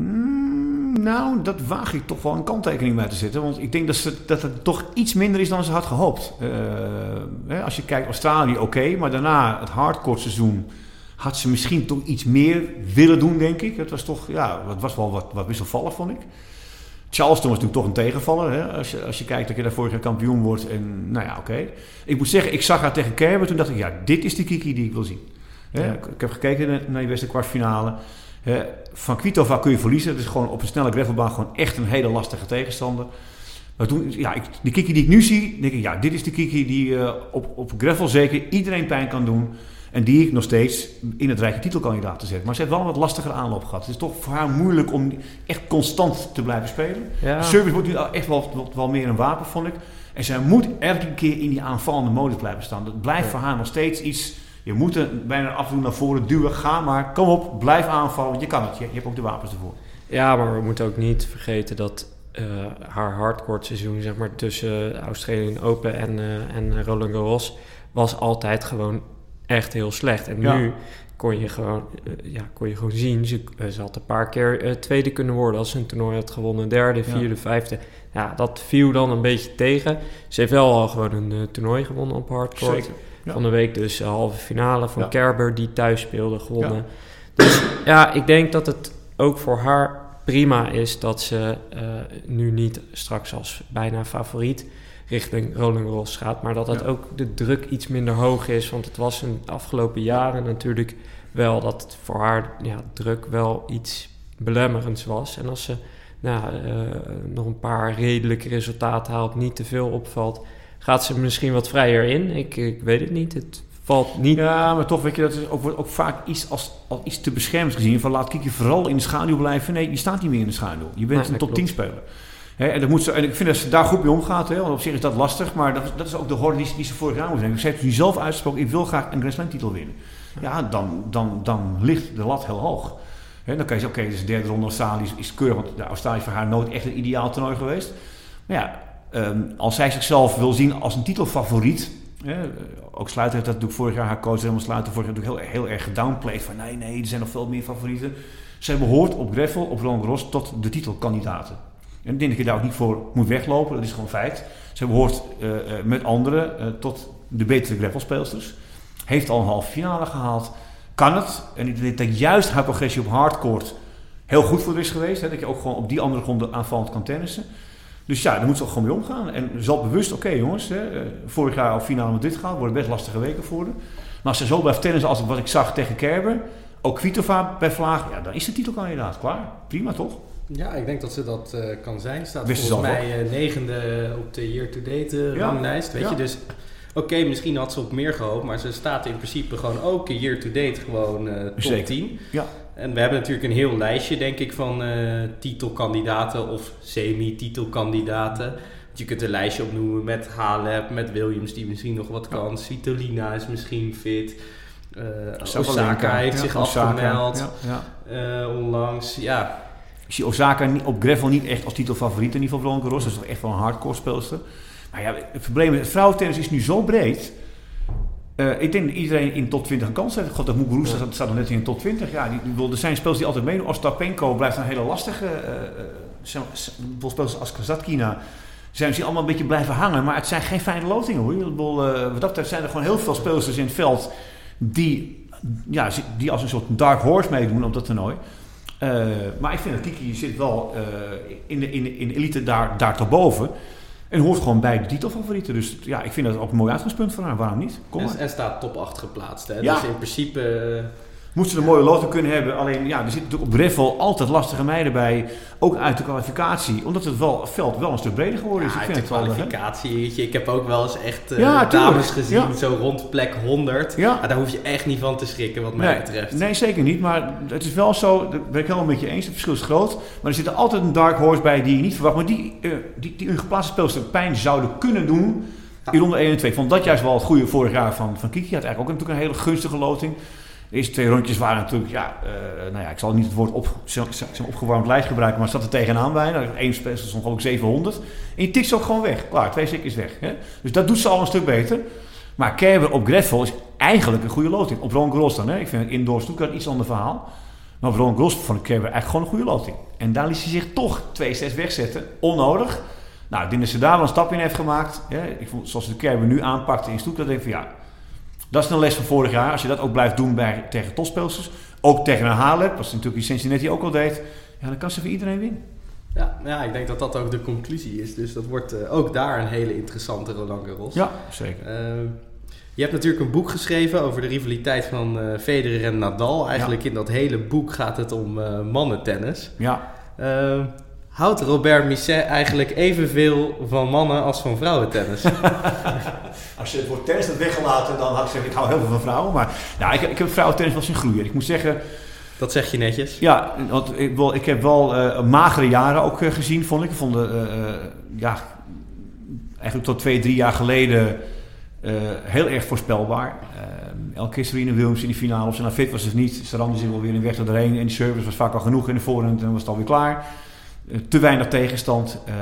Mm, nou, dat waag ik toch wel een kanttekening bij te zetten. Want ik denk dat, ze, dat het toch iets minder is dan ze had gehoopt. Uh, hè, als je kijkt, Australië oké. Okay, maar daarna het hardcore seizoen had ze misschien toch iets meer willen doen, denk ik. Het was toch, ja, het was wel wat, wat wisselvallig, vond ik. Charleston was natuurlijk toch een tegenvaller. Hè? Als, je, als je kijkt dat je daar vorig jaar kampioen wordt. En nou ja, oké. Okay. Ik moet zeggen, ik zag haar tegen Kerber. Toen dacht ik, ja, dit is de Kiki die ik wil zien. Hè? Ja. Ik, ik heb gekeken naar die beste kwartfinale. Hè? Van Kvitova kun je verliezen. Dat is gewoon op een snelle gravelbaan gewoon echt een hele lastige tegenstander. Maar toen, ja, ik, de Kiki die ik nu zie, denk ik, ja, dit is de Kiki die uh, op, op gravel zeker iedereen pijn kan doen. En die ik nog steeds in het rijtje titelkandidaat te zetten. Maar ze heeft wel een wat lastiger aanloop gehad. Het is toch voor haar moeilijk om echt constant te blijven spelen. Ja. Service wordt nu echt wel, wel, wel meer een wapen, vond ik. En zij moet elke keer in die aanvallende modus blijven staan. Dat blijft ja. voor haar nog steeds iets. Je moet er bijna af en toe naar voren duwen. Ga maar, kom op, blijf aanvallen. Want je kan het. Je, je hebt ook de wapens ervoor. Ja, maar we moeten ook niet vergeten dat uh, haar hardcore seizoen, zeg maar, tussen Australian Open en, uh, en Roland Garros was altijd gewoon echt heel slecht. En Ja. nu kon je gewoon, uh, ja, kon je gewoon zien, ze, uh, ze had een paar keer uh, tweede kunnen worden als ze een toernooi had gewonnen. Derde, vierde, ja. vijfde. Ja, dat viel dan een beetje tegen. Ze heeft wel al gewoon een uh, toernooi gewonnen op hardcourt. Ja. Van de week dus de halve finale van ja. Kerber, die thuis speelde, gewonnen. Ja. Dus ja, ik denk dat het ook voor haar prima is dat ze uh, nu niet straks als bijna favoriet richting Roland Garros gaat, maar dat het ja. ook de druk iets minder hoog is, want het was in de afgelopen jaren natuurlijk wel dat het voor haar ja, druk wel iets belemmerends was. En als ze nou, uh, nog een paar redelijke resultaten haalt, niet te veel opvalt, gaat ze misschien wat vrijer in. Ik, ik weet het niet. Het valt niet. Ja, maar toch weet je, dat is ook, wordt ook vaak iets als, als iets te beschermd gezien. Van laat Kiki vooral in de schaduw blijven. Nee, je staat niet meer in de schaduw. Je bent nee, een top tien speler. He, en, dat moet ze, en ik vind dat ze daar goed mee omgaat. He, want op zich is dat lastig. Maar dat, dat is ook de horde die, die ze vorig jaar moet nemen. Ze heeft nu zelf uitgesproken, ik wil graag een Grand Slam titel winnen. Ja, dan, dan, dan ligt de lat heel hoog. He, dan kan je zeggen, oké, okay, dus de derde ronde Australië is, is keurig. Want de Australië is voor haar nooit echt een ideaal toernooi geweest. Maar ja, um, als zij zichzelf wil zien als een titelfavoriet. He, ook Sluiter heeft dat natuurlijk vorig jaar, haar coach helemaal Sluiter vorig jaar natuurlijk heel, heel erg gedownplayed. Van nee, nee, er zijn nog veel meer favorieten. Zij behoort op Greffel, op Roland Garros tot de titelkandidaten. En ik denk dat je daar ook niet voor moet weglopen, dat is gewoon feit. Zij behoort uh, uh, met anderen uh, tot de betere greffelspeelsters. Heeft al een halve finale gehaald. Kan het. En ik denk dat juist haar progressie op hardcourt heel goed voor is geweest. Hè, dat je ook gewoon op die andere gronden aanvallend kan tennissen. Dus ja, daar moet ze ook gewoon mee omgaan. En zal bewust, oké okay, jongens, hè, uh, vorig jaar op finale met dit gehaald. Worden best lastige weken voor haar. Maar als ze zo blijft tennissen als wat ik zag tegen Kerber, ook Kvitova bij Vlaag, ja, dan is de titelkandidaat klaar. Prima toch? Ja, ik denk dat ze dat uh, kan zijn. Staat Wist volgens mij uh, negende op de year-to-date uh, ja. ranglijst. Weet ja. je, dus oké, okay, misschien had ze op meer gehoopt, maar ze staat in principe gewoon ook year-to-date gewoon uh, top Zeker. tien. Ja. En we hebben natuurlijk een heel lijstje, denk ik, van uh, titelkandidaten of semi-titelkandidaten. Je kunt een lijstje opnoemen met Halep, met Williams, die misschien nog wat kan. Svitolina is misschien fit. Uh, Osaka heeft ja, zich Osaka. afgemeld ja, ja. Uh, onlangs. Ja. Ik zie Osaka op Greffel niet echt als titelfavoriet in ieder geval Roland Garros. Dat is toch echt wel een hardcore speelster. Maar ja, het probleem is, het vrouwentennis is nu zo breed. Uh, ik denk dat iedereen in top twintig een kans heeft. God, dat Muguruza ja. staat nog net in de top twintig. Ja, die, die, er zijn spelers die altijd meedoen. Ostapenko blijft een hele lastige. Uh, uh, spelers als Kazatkina zijn misschien allemaal een beetje blijven hangen. Maar het zijn geen fijne lotingen hoor. Bedoel, uh, wat dat betreft zijn er gewoon heel veel spelers in het veld die, ja, die als een soort dark horse meedoen op dat toernooi. Uh, maar ik vind dat Kiki zit wel uh, in, de, in, de, in de elite daar, daar te boven. En hoort gewoon bij de titelfavorieten. Dus ja, ik vind dat ook een mooi uitgangspunt voor haar. Waarom niet? Kom maar. En, en staat top acht geplaatst. Hè? Ja. Dus in principe... Uh... Moet ze een mooie loting kunnen hebben. Alleen ja, er zitten natuurlijk op Greffel altijd lastige meiden bij. Ook uit de kwalificatie. Omdat het wel, veld wel een stuk breder geworden is. Ja, ik vind de het kwalificatie. Weet je, ik heb ook wel eens echt uh, ja, dames gezien. Ja. Zo rond plek honderd. Ja. Ja, daar hoef je echt niet van te schrikken wat mij nee, betreft. Nee, zeker niet. Maar het is wel zo. Daar ben ik helemaal met je eens. Het verschil is groot. Maar er zit er altijd een dark horse bij die je niet verwacht. Maar die, uh, die, die een geplaatste speelster pijn zouden kunnen doen. Ja. In ronde één en twee. Ik vond dat juist wel het goede vorig jaar van, van Kiki. Had eigenlijk ook natuurlijk een hele gunstige loting. De eerste twee rondjes waren natuurlijk, ja, uh, nou ja, ik zal niet het woord op, zo'n opgewarmd lijst gebruiken, maar het zat er tegenaan bij. Eén speelster stond ook zevenhonderd. En je tikt ze ook gewoon weg. Klaar, twee stuk is weg. Hè? Dus dat doet ze al een stuk beter. Maar Kerber op Greffel is eigenlijk een goede loting. Op Roland Garros dan, hè? Ik vind het indoor Stuttgart iets ander verhaal. Maar op Roland Garros vond ik Kerber eigenlijk gewoon een goede loting. En daar liet ze zich toch twee zes wegzetten. Onnodig. Nou, ik denk dat ze daar wel een stap in heeft gemaakt. Hè? Ik vond, zoals de Kerber nu aanpakte in Stuttgart, denk ik van ja... Dat is een les van vorig jaar. Als je dat ook blijft doen bij, tegen topspelers, ook tegen een Halep, wat ze natuurlijk in Cincinnati ook al deed, ja, dan kan ze voor iedereen winnen. Ja, ja, ik denk dat dat ook de conclusie is. Dus dat wordt uh, ook daar een hele interessante Roland Garros. Ja, zeker. Uh, je hebt natuurlijk een boek geschreven over de rivaliteit van uh, Federer en Nadal. Eigenlijk ja. in dat hele boek gaat het om uh, mannentennis. Ja. Uh, Houdt Robert Misset eigenlijk evenveel van mannen als van vrouwentennis? Als je het woord tennis had weggelaten, dan had ik gezegd, ik hou heel veel van vrouwen. Maar nou, ik, ik heb vrouwentennis wel zien groeien. Ik moet zeggen... Dat zeg je netjes. Ja, want ik, wel, ik heb wel uh, magere jaren ook uh, gezien, vond ik. Ik vond, uh, uh, ja, eigenlijk tot twee, drie jaar geleden uh, heel erg voorspelbaar. Uh, elke keer Serena Williams in de finale, of ze nou fit was of niet. Ze ramde zich wel weer in weg doorheen. En de service was vaak al genoeg in de voorhand en dan was het alweer klaar. Uh, te weinig tegenstand. Uh,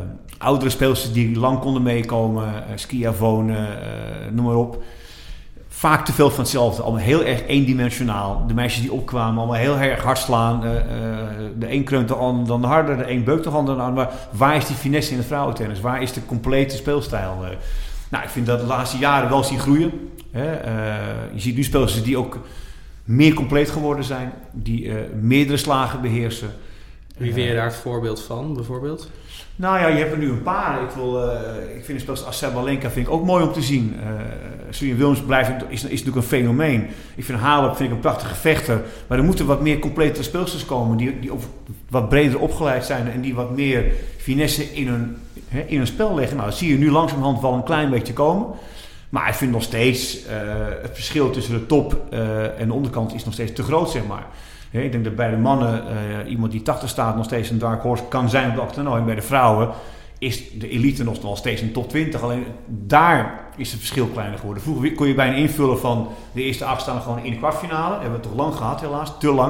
oudere speelsters die lang konden meekomen. Uh, Schiavone, uh, noem maar op. vaak te veel van hetzelfde. Allemaal heel erg eendimensionaal. De meisjes die opkwamen, allemaal heel erg hard slaan. Uh, uh, de een kreunt de ander dan harder, de een beukt de ander dan. Maar waar is die finesse in het vrouwentennis? Waar is de complete speelstijl? Uh, nou, ik vind dat de laatste jaren wel zien groeien. Hè? Uh, je ziet nu spelers die ook meer compleet geworden zijn. Die uh, meerdere slagen beheersen. Wie vind je daar het voorbeeld van, bijvoorbeeld? Nou ja, je hebt er nu een paar. Ik, wil, uh, ik vind de spelers als Sabalenka vind ik ook mooi om te zien. Uh, Serena Williams blijft, is, is natuurlijk een fenomeen. Ik vind Halep vind ik een prachtige vechter. Maar er moeten wat meer complete speelsters komen. Die, die wat breder opgeleid zijn. En die wat meer finesse in hun, hè, in hun spel leggen. Nou, dat zie je nu langzamerhand wel een klein beetje komen. Maar ik vind nog steeds uh, het verschil tussen de top uh, en de onderkant is nog steeds te groot, zeg maar. Ja, ik denk dat bij de mannen uh, iemand die tachtig staat nog steeds een dark horse kan zijn op dat toernooi. En bij de vrouwen is de elite nog, nog steeds een top twintig. Alleen daar is het verschil kleiner geworden. Vroeger kon je bijna invullen van de eerste acht staan gewoon in de kwartfinale. Dat hebben we toch lang gehad helaas, te lang.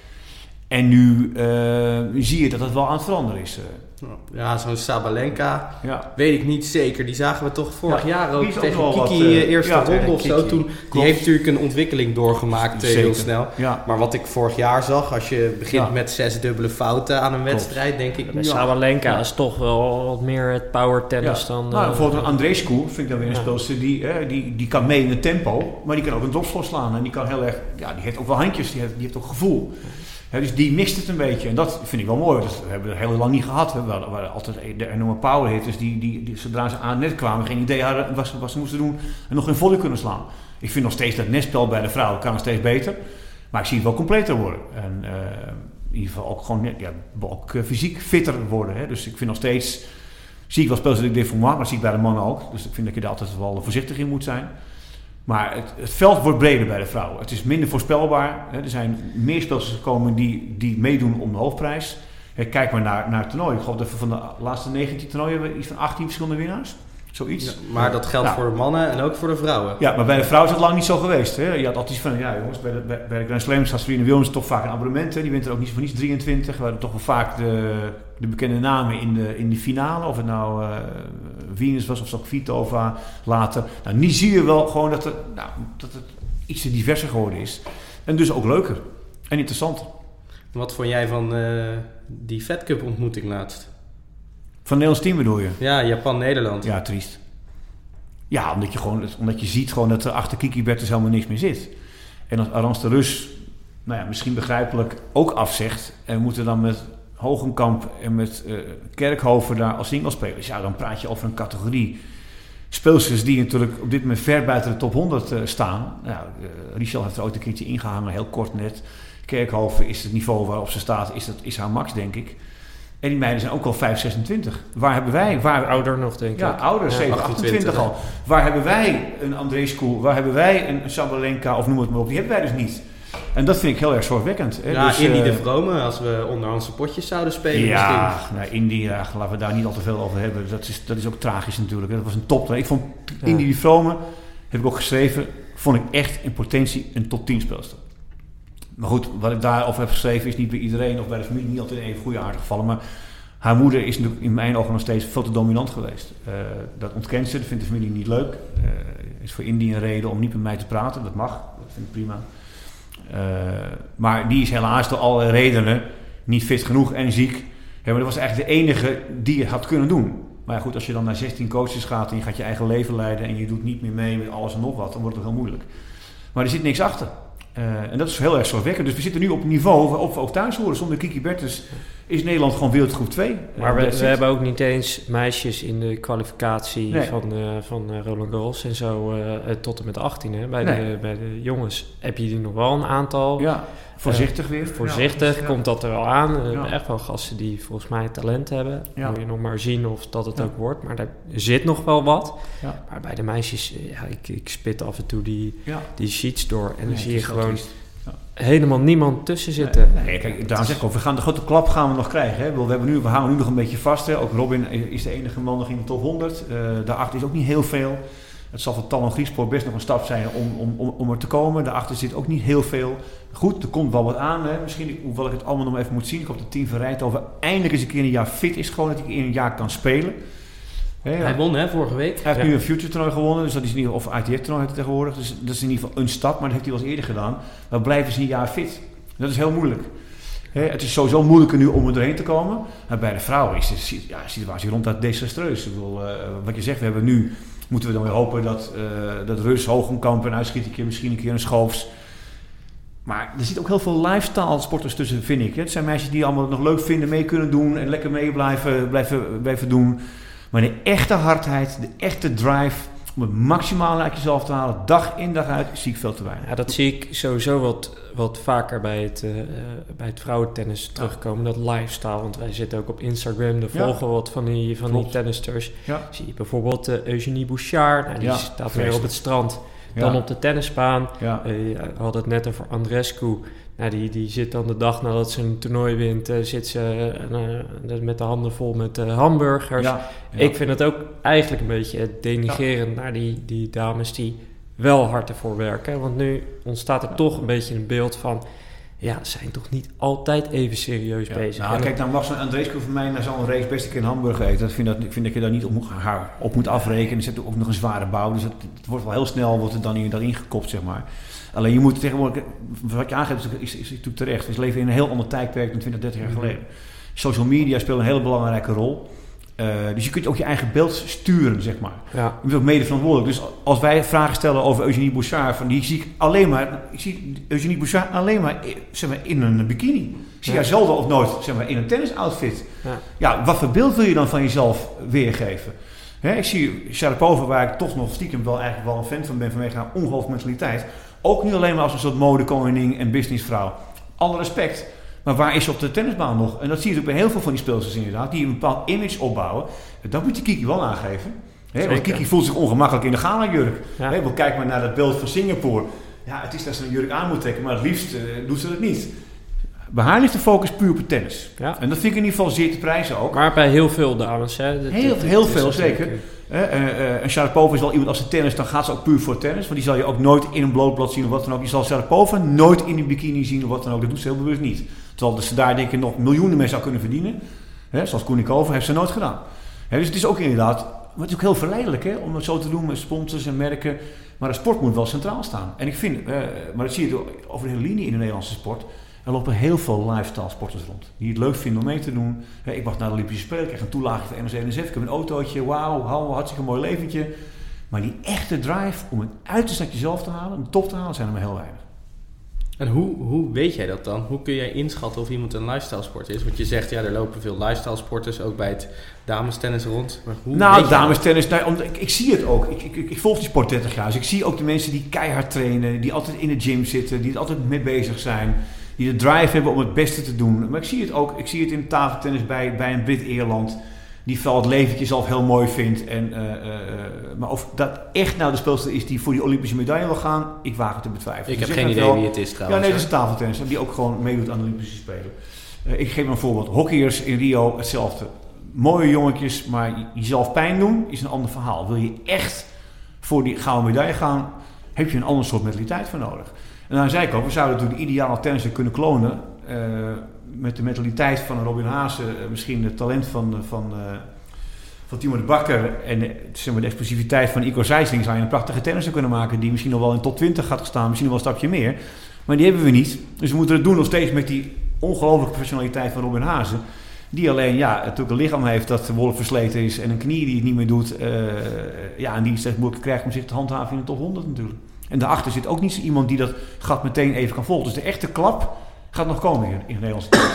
En nu uh, zie je dat het wel aan het veranderen is. Ja, zo'n Sabalenka, ja. weet ik niet zeker. Die zagen we toch vorig ja, jaar ook tegen ook Kiki wat, uh, eerste ja, ronde of Kiki. zo. Toen, die heeft natuurlijk een ontwikkeling doorgemaakt uh, heel snel. Ja. Maar wat ik vorig jaar zag, als je begint ja. met zes dubbele fouten aan een wedstrijd, denk ik... Bij Ja. Sabalenka ja. is toch wel wat meer het power tennis ja. dan... Nou, uh, bijvoorbeeld een Andreescu vind ik dan weer een ja. speelster die, eh, die, die kan mee in het tempo, maar die kan ook een dropslag slaan. En die kan heel erg, ja, die heeft ook wel handjes, die heeft, die heeft ook gevoel. Ja, dus die mist het een beetje en dat vind ik wel mooi. Dat hebben we heel lang niet gehad. We waren altijd de enorme powerhitters die, die, die zodra ze aan het net kwamen geen idee hadden wat ze, wat ze moesten doen en nog geen volley kunnen slaan. Ik vind nog steeds dat netspel bij de vrouwen kan nog steeds beter, maar ik zie het wel completer worden. En uh, in ieder geval ook gewoon ja, ook uh, fysiek fitter worden. Hè. Dus ik vind nog steeds, zie ik wel spelers dat ik dit voor maak, maar zie ik bij de mannen ook. Dus ik vind dat je daar altijd wel voorzichtig in moet zijn. Maar het, het veld wordt breder bij de vrouwen. Het is minder voorspelbaar. Hè. Er zijn meer spelers gekomen die, die meedoen om de hoofdprijs. Hè, kijk maar naar, naar het toernooi. Ik geloof dat we van de laatste negentien toernooien hebben iets van achttien verschillende winnaars. Zoiets. Ja, maar dat geldt nou, voor de mannen en ook voor de vrouwen. Ja, maar bij de vrouwen is het lang niet zo geweest. Hè. Je had altijd van, ja jongens, bij de, bij, bij de Grand Slam staat Serena Williams toch vaak een abonnement. Hè. Die wint er ook niet voor niets drieëntwintig. We hadden toch wel vaak de, de bekende namen in de, in de finale. Of het nou uh, Venus was of Kvitova later. Nou, nu zie je wel gewoon dat, er, nou, dat het iets te diverser geworden is. En dus ook leuker en interessanter. Wat vond jij van uh, die Fed Cup ontmoeting laatst? Van Nederlands team bedoel je? Ja, Japan-Nederland. Ja, triest. Ja, omdat je, gewoon, omdat je ziet gewoon dat er achter Kiki Bertens helemaal niks meer zit. En als Arans de Rus, nou ja, misschien begrijpelijk ook afzegt. En we moeten dan met Hogenkamp en met uh, Kerkhoven daar als singlespelers. Ja, dan praat je over een categorie speelsters die natuurlijk op dit moment ver buiten de top honderd uh, staan. Nou, uh, Richel heeft er ooit een keertje ingehangen, heel kort net. Kerkhoven is het niveau waarop ze staat, is, dat, is haar max, denk ik. En die meiden zijn ook al vijf zesentwintig. Waar hebben wij... Waar, ouder nog, denk ja, ik. ouder, ja, zeven achtentwintig al. Waar hebben wij een Andreescu, waar hebben wij een Sabalenka, of noem het maar op, die hebben wij dus niet. En dat vind ik heel erg zorgwekkend. Hè. Ja, dus, Indy uh, de Vrome, als we onderhandse potjes zouden spelen ja, misschien. nou, Indy, ja, laten we daar niet al te veel over hebben. Dat is, dat is ook tragisch natuurlijk. Hè. Dat was een top. Ik vond ja. Indy de Vrome, heb ik ook geschreven, vond ik echt in potentie een top tien speelster. Maar goed, wat ik daarover heb geschreven is niet bij iedereen of bij de familie niet altijd even goede aardig gevallen. Maar haar moeder is natuurlijk in mijn ogen nog steeds veel te dominant geweest. Uh, dat ontkent ze, dat vindt de familie niet leuk. Uh, is voor Indy een reden om niet met mij te praten, dat mag, dat vind ik prima. Uh, maar die is helaas door alle redenen niet fit genoeg en ziek. Ja, maar dat was eigenlijk de enige die het had kunnen doen. Maar ja, goed, als je dan naar zestien coaches gaat en je gaat je eigen leven leiden en je doet niet meer mee met alles en nog wat, dan wordt het heel moeilijk. Maar er zit niks achter. Uh, en dat is heel erg zorgwekkend. Dus we zitten nu op een niveau waarop we ook thuis horen. Zonder Kiki Bertens is Nederland gewoon wereldgroep twee. Maar we, we hebben ook niet eens meisjes in de kwalificatie nee. van, uh, van uh, Roland Garros en zo uh, tot en met achttien. Hè. Bij, nee. de, bij de jongens heb je die nog wel een aantal. Ja, voorzichtig uh, weer. Voorzichtig ja, komt dat er al aan. Uh, ja. Echt wel gasten die volgens mij talent hebben. Ja. Moet je nog maar zien of dat het ja. ook wordt. Maar daar zit nog wel wat. Ja. Maar bij de meisjes, ja, ik, ik spit af en toe die, ja. die sheets door. En dan nee, zie je gewoon... Ja. helemaal niemand tussen zitten. Nee, nee, kijk, daarom zeg ik ook, we gaan de grote klap gaan we nog krijgen. Hè. We, hebben nu, we hangen nu nog een beetje vast. Hè. Ook Robin is de enige man nog in de top honderd. Uh, daarachter is ook niet heel veel. Het zal voor Talon Griekspoor best nog een stap zijn om, om, om, om er te komen. Daarachter zit ook niet heel veel. Goed, er komt wel wat aan. Hè. Misschien, hoewel ik het allemaal nog even moet zien. Ik hoop dat Tien van Rijthoven eindelijk eens een keer een jaar fit is. Gewoon dat hij een jaar kan spelen. He, ja. Hij won hè, vorige week. Hij heeft ja. nu een future toernooi gewonnen, dus dat is in ieder geval, of I T F toernooi heeft hij tegenwoordig. Dus dat is in ieder geval een stap, maar dat heeft hij wel eens eerder gedaan. Maar blijven ze een jaar fit. Dat is heel moeilijk. He, het is sowieso moeilijker nu om er doorheen te komen. Maar bij de vrouwen is de ja, situatie ronduit desastreus. Ik bedoel, uh, wat je zegt, we hebben nu, moeten we dan weer hopen dat, uh, dat Rus, Hogenkamp en Uitschiet misschien een keer een Schoofs. Maar er zit ook heel veel lifestyle sporters tussen, vind ik. Het zijn meisjes die allemaal nog leuk vinden, mee kunnen doen en lekker mee blijven, blijven, blijven doen. Maar de echte hardheid, de echte drive om het maximale uit jezelf te halen, dag in dag uit, zie ik veel te weinig. Ja, dat zie ik sowieso wat, wat vaker bij het, uh, bij het vrouwentennis terugkomen, dat lifestyle. Want wij zitten ook op Instagram, daar volgen ja. wat van die, van die tennisters. Ja. Zie je bijvoorbeeld uh, Eugenie Bouchard, nou, die ja, staat vreselijk. meer op het strand dan ja. op de tennisbaan. Ja. Uh, we hadden het net over Andreescu. Nou, die, die zit dan de dag nadat ze een toernooi wint, uh, zit ze uh, met de handen vol met uh, hamburgers. Ja, ja. Ik vind het ook eigenlijk een beetje denigrerend ja. naar die, die dames die wel hard ervoor werken. Want nu ontstaat er ja. toch een beetje een beeld van, ja, ze zijn toch niet altijd even serieus ja. bezig. Nou, kijk, dan mag zo'n Andreescu voor mij naar zo'n race best een keer een hamburger eten. Dat vind dat, ik vind dat je daar niet op moet, haar op moet afrekenen. Ze heeft ook nog een zware bouw, dus het, het wordt wel heel snel wordt het dan in, daarin gekopt, zeg maar. Alleen je moet tegenwoordig, wat je aangeeft, is, is, is natuurlijk terecht. We leven in een heel ander tijdperk dan twintig, dertig jaar geleden. Social media spelen een hele belangrijke rol. Uh, dus je kunt ook je eigen beeld sturen, zeg maar. Ja. Je bent ook mede verantwoordelijk. Dus als wij vragen stellen over Eugenie Bouchard, van die zie ik alleen maar, ik zie Eugenie Bouchard alleen maar, zeg maar in een bikini. Ik zie ja. haar zelden of nooit, zeg maar, in een tennisoutfit. Ja. ja, wat voor beeld wil je dan van jezelf weergeven? He, ik zie Sharapova, waar ik toch nog stiekem wel eigenlijk wel een fan van ben vanwege haar ongelooflijke mentaliteit. Ook niet alleen maar als een soort modekoningin en businessvrouw. Alle respect. Maar waar is ze op de tennisbaan nog? En dat zie je ook bij heel veel van die speelsters inderdaad. Die een bepaald image opbouwen. Dat moet je Kiki wel aangeven. He, want Kiki voelt zich ongemakkelijk in de gala-jurk. Ja. He, want kijk maar naar dat beeld van Singapore. Ja, het is dat ze een jurk aan moet trekken. Maar het liefst uh, doet ze het niet. Bij haar ligt de focus puur op het tennis. Ja. En dat vind ik in ieder geval zeer te prijzen ook. Maar bij heel veel dames. Hè? Dat, heel dat, heel dat veel, zeker. Uh, uh, uh, en Sharapova is wel iemand, als ze tennis, dan gaat ze ook puur voor tennis. Want die zal je ook nooit in een blootblad zien of wat dan ook. Je zal Sharapova nooit in een bikini zien of wat dan ook. Dat doet ze heel bewust niet. Terwijl ze daar denk ik nog miljoenen mee zou kunnen verdienen. Hè, zoals Koenikova heeft ze nooit gedaan. Hè, dus het is ook inderdaad, maar het is ook heel verleidelijk hè, om het zo te doen met sponsors en merken. Maar de sport moet wel centraal staan. En ik vind, uh, maar dat zie je over de hele linie in de Nederlandse sport. Er lopen heel veel lifestyle sporters rond. Die het leuk vinden om mee te doen. Hè, ik mag naar de Olympische Spelen, ik krijg een toelage van N O C N S F. Ik heb een autootje, wauw, hou, hartstikke mooi leventje. Maar die echte drive om het uiterste uit jezelf te halen, de top te halen, zijn er maar heel weinig. En hoe, hoe weet jij dat dan? Hoe kun jij inschatten of iemand een lifestyle sporter is? Want je zegt, ja, er lopen veel lifestyle sporters ook bij het damestennis rond. Maar hoe nou, damestennis, nou, omdat, ik, ik zie het ook. Ik, ik, ik volg die sport dertig jaar. Dus ik zie ook de mensen die keihard trainen, die altijd in de gym zitten, die er altijd mee bezig zijn, die de drive hebben om het beste te doen. Maar ik zie het ook, ik zie het in tafeltennis bij, bij een Brit Eerland, die vooral het leventje zelf heel mooi vindt. En, uh, uh, maar of dat echt nou de speelster is die voor die Olympische medaille wil gaan, ik waag het te betwijfelen. Ik heb dus geen idee wel, wie het is trouwens. Ja, nee, dat is een tafeltennis die ook gewoon meedoet aan de Olympische Spelen. Uh, ik geef een voorbeeld. Hockeyers in Rio, hetzelfde. Mooie jongetjes, maar jezelf pijn doen is een ander verhaal. Wil je echt voor die gouden medaille gaan, heb je een ander soort mentaliteit voor nodig. En dan zei ik ook, we zouden natuurlijk de ideale tennisser kunnen klonen. Uh, met de mentaliteit van een Robin Haase, uh, misschien het talent van, uh, van, uh, van Timo de Bakker en uh, zeg maar de explosiviteit van Igor Sijsling, zou je een prachtige tennisser kunnen maken die misschien nog wel in top twintig gaat staan, misschien nog wel een stapje meer. Maar die hebben we niet. Dus we moeten het doen nog steeds met die ongelooflijke professionaliteit van Robin Haase. Die alleen ja, natuurlijk een lichaam heeft dat behoorlijk versleten is en een knie die het niet meer doet. Uh, ja, en die steeds moeilijker krijgt om zich te handhaven in de top honderd natuurlijk. En daarachter zit ook niet zo iemand die dat gat meteen even kan volgen. Dus de echte klap gaat nog komen in, in het Nederlandse tennis.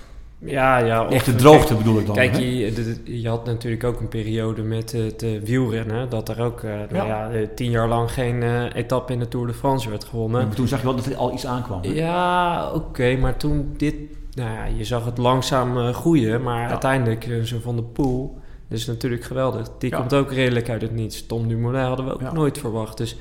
Ja, ja. Of, echte droogte kijk, bedoel ik dan. Kijk, je, de, je had natuurlijk ook een periode met het uh, wielrennen. Dat er ook uh, ja. Nou ja, tien jaar lang geen uh, etappe in de Tour de France werd gewonnen. Maar toen zag je wel dat er al iets aankwam. Hè? Ja, oké. Okay, maar toen dit... Nou ja, je zag het langzaam uh, groeien. Maar ja. uiteindelijk, uh, zo Van der Poel... Dat is natuurlijk geweldig. Die ja. komt ook redelijk uit het niets. Tom Dumoulin hadden we ook ja. nooit verwacht. Dus...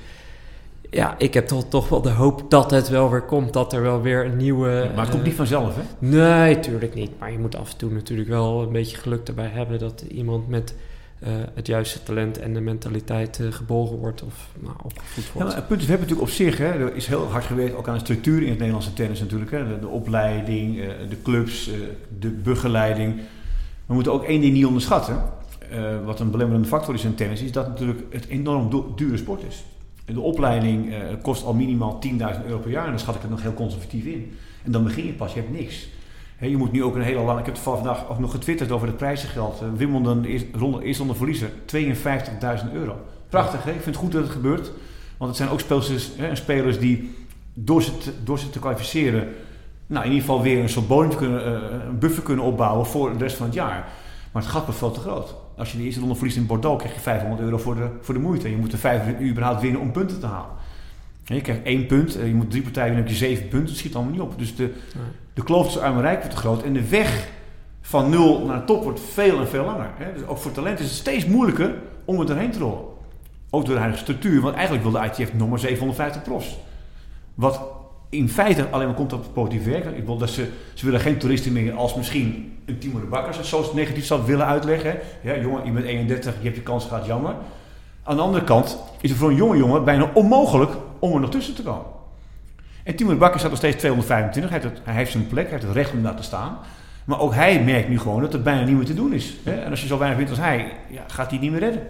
Ja, ik heb toch, toch wel de hoop dat het wel weer komt. Dat er wel weer een nieuwe... Ja, maar het uh, komt niet vanzelf, hè? Nee, tuurlijk niet. Maar je moet af en toe natuurlijk wel een beetje geluk erbij hebben... dat iemand met uh, het juiste talent en de mentaliteit uh, geboren wordt of nou, opgevoed wordt. Ja, het punt is, we hebben natuurlijk op zich... Hè, er is heel hard gewerkt ook aan de structuur in het Nederlandse tennis natuurlijk. Hè, de, de opleiding, uh, de clubs, uh, de begeleiding. We moeten ook één ding niet onderschatten. uh, wat een belemmerende factor is in tennis, is dat natuurlijk het enorm du- dure sport is. En de opleiding uh, kost al minimaal tienduizend euro per jaar en dan schat ik het nog heel conservatief in. En dan begin je pas, je hebt niks. He, je moet nu ook een hele lange, ik heb het vandaag ook nog getwitterd over het prijzengeld. Uh, Wimbledon is ronde, is onder verliezer, tweeënvijftigduizend euro. Prachtig, hè? Ik vind het goed dat het gebeurt. Want het zijn ook spelers, hè, spelers die door ze, te, door ze te kwalificeren, nou in ieder geval weer een soort bodem kunnen, uh, een buffer kunnen opbouwen voor de rest van het jaar. Maar het gat wordt veel te groot. Als je de eerste ronde verliest in Bordeaux, krijg je vijfhonderd euro voor de, voor de moeite. Je moet er vijf uur überhaupt winnen om punten te halen. En je krijgt één punt, je moet drie partijen winnen, dan heb je zeven punten. Dat schiet allemaal niet op. Dus de, de kloof tussen arm en rijk wordt te groot. En de weg van nul naar de top wordt veel en veel langer. Hè? Dus ook voor talent is het steeds moeilijker om het erheen te rollen. Ook door de huidige structuur. Want eigenlijk wil de I T F nog maar zevenhonderdvijftig profs. Wat in feite alleen maar komt op het positief werk. Ik wil dat ze, ze willen geen toeristen meer als misschien een Timo de Bakker, als zo negatief zou willen uitleggen. Ja, jongen, je bent eenendertig, je hebt je kans gehad, jammer. Aan de andere kant is het voor een jonge jongen bijna onmogelijk om er nog tussen te komen. En Timo de Bakker staat nog steeds tweehonderdvijfentwintig. Hij heeft, het, hij heeft zijn plek, hij heeft het recht om daar te staan. Maar ook hij merkt nu gewoon dat het bijna niet meer te doen is. Hè? En als je zo weinig wint als hij, ja, gaat hij niet meer redden.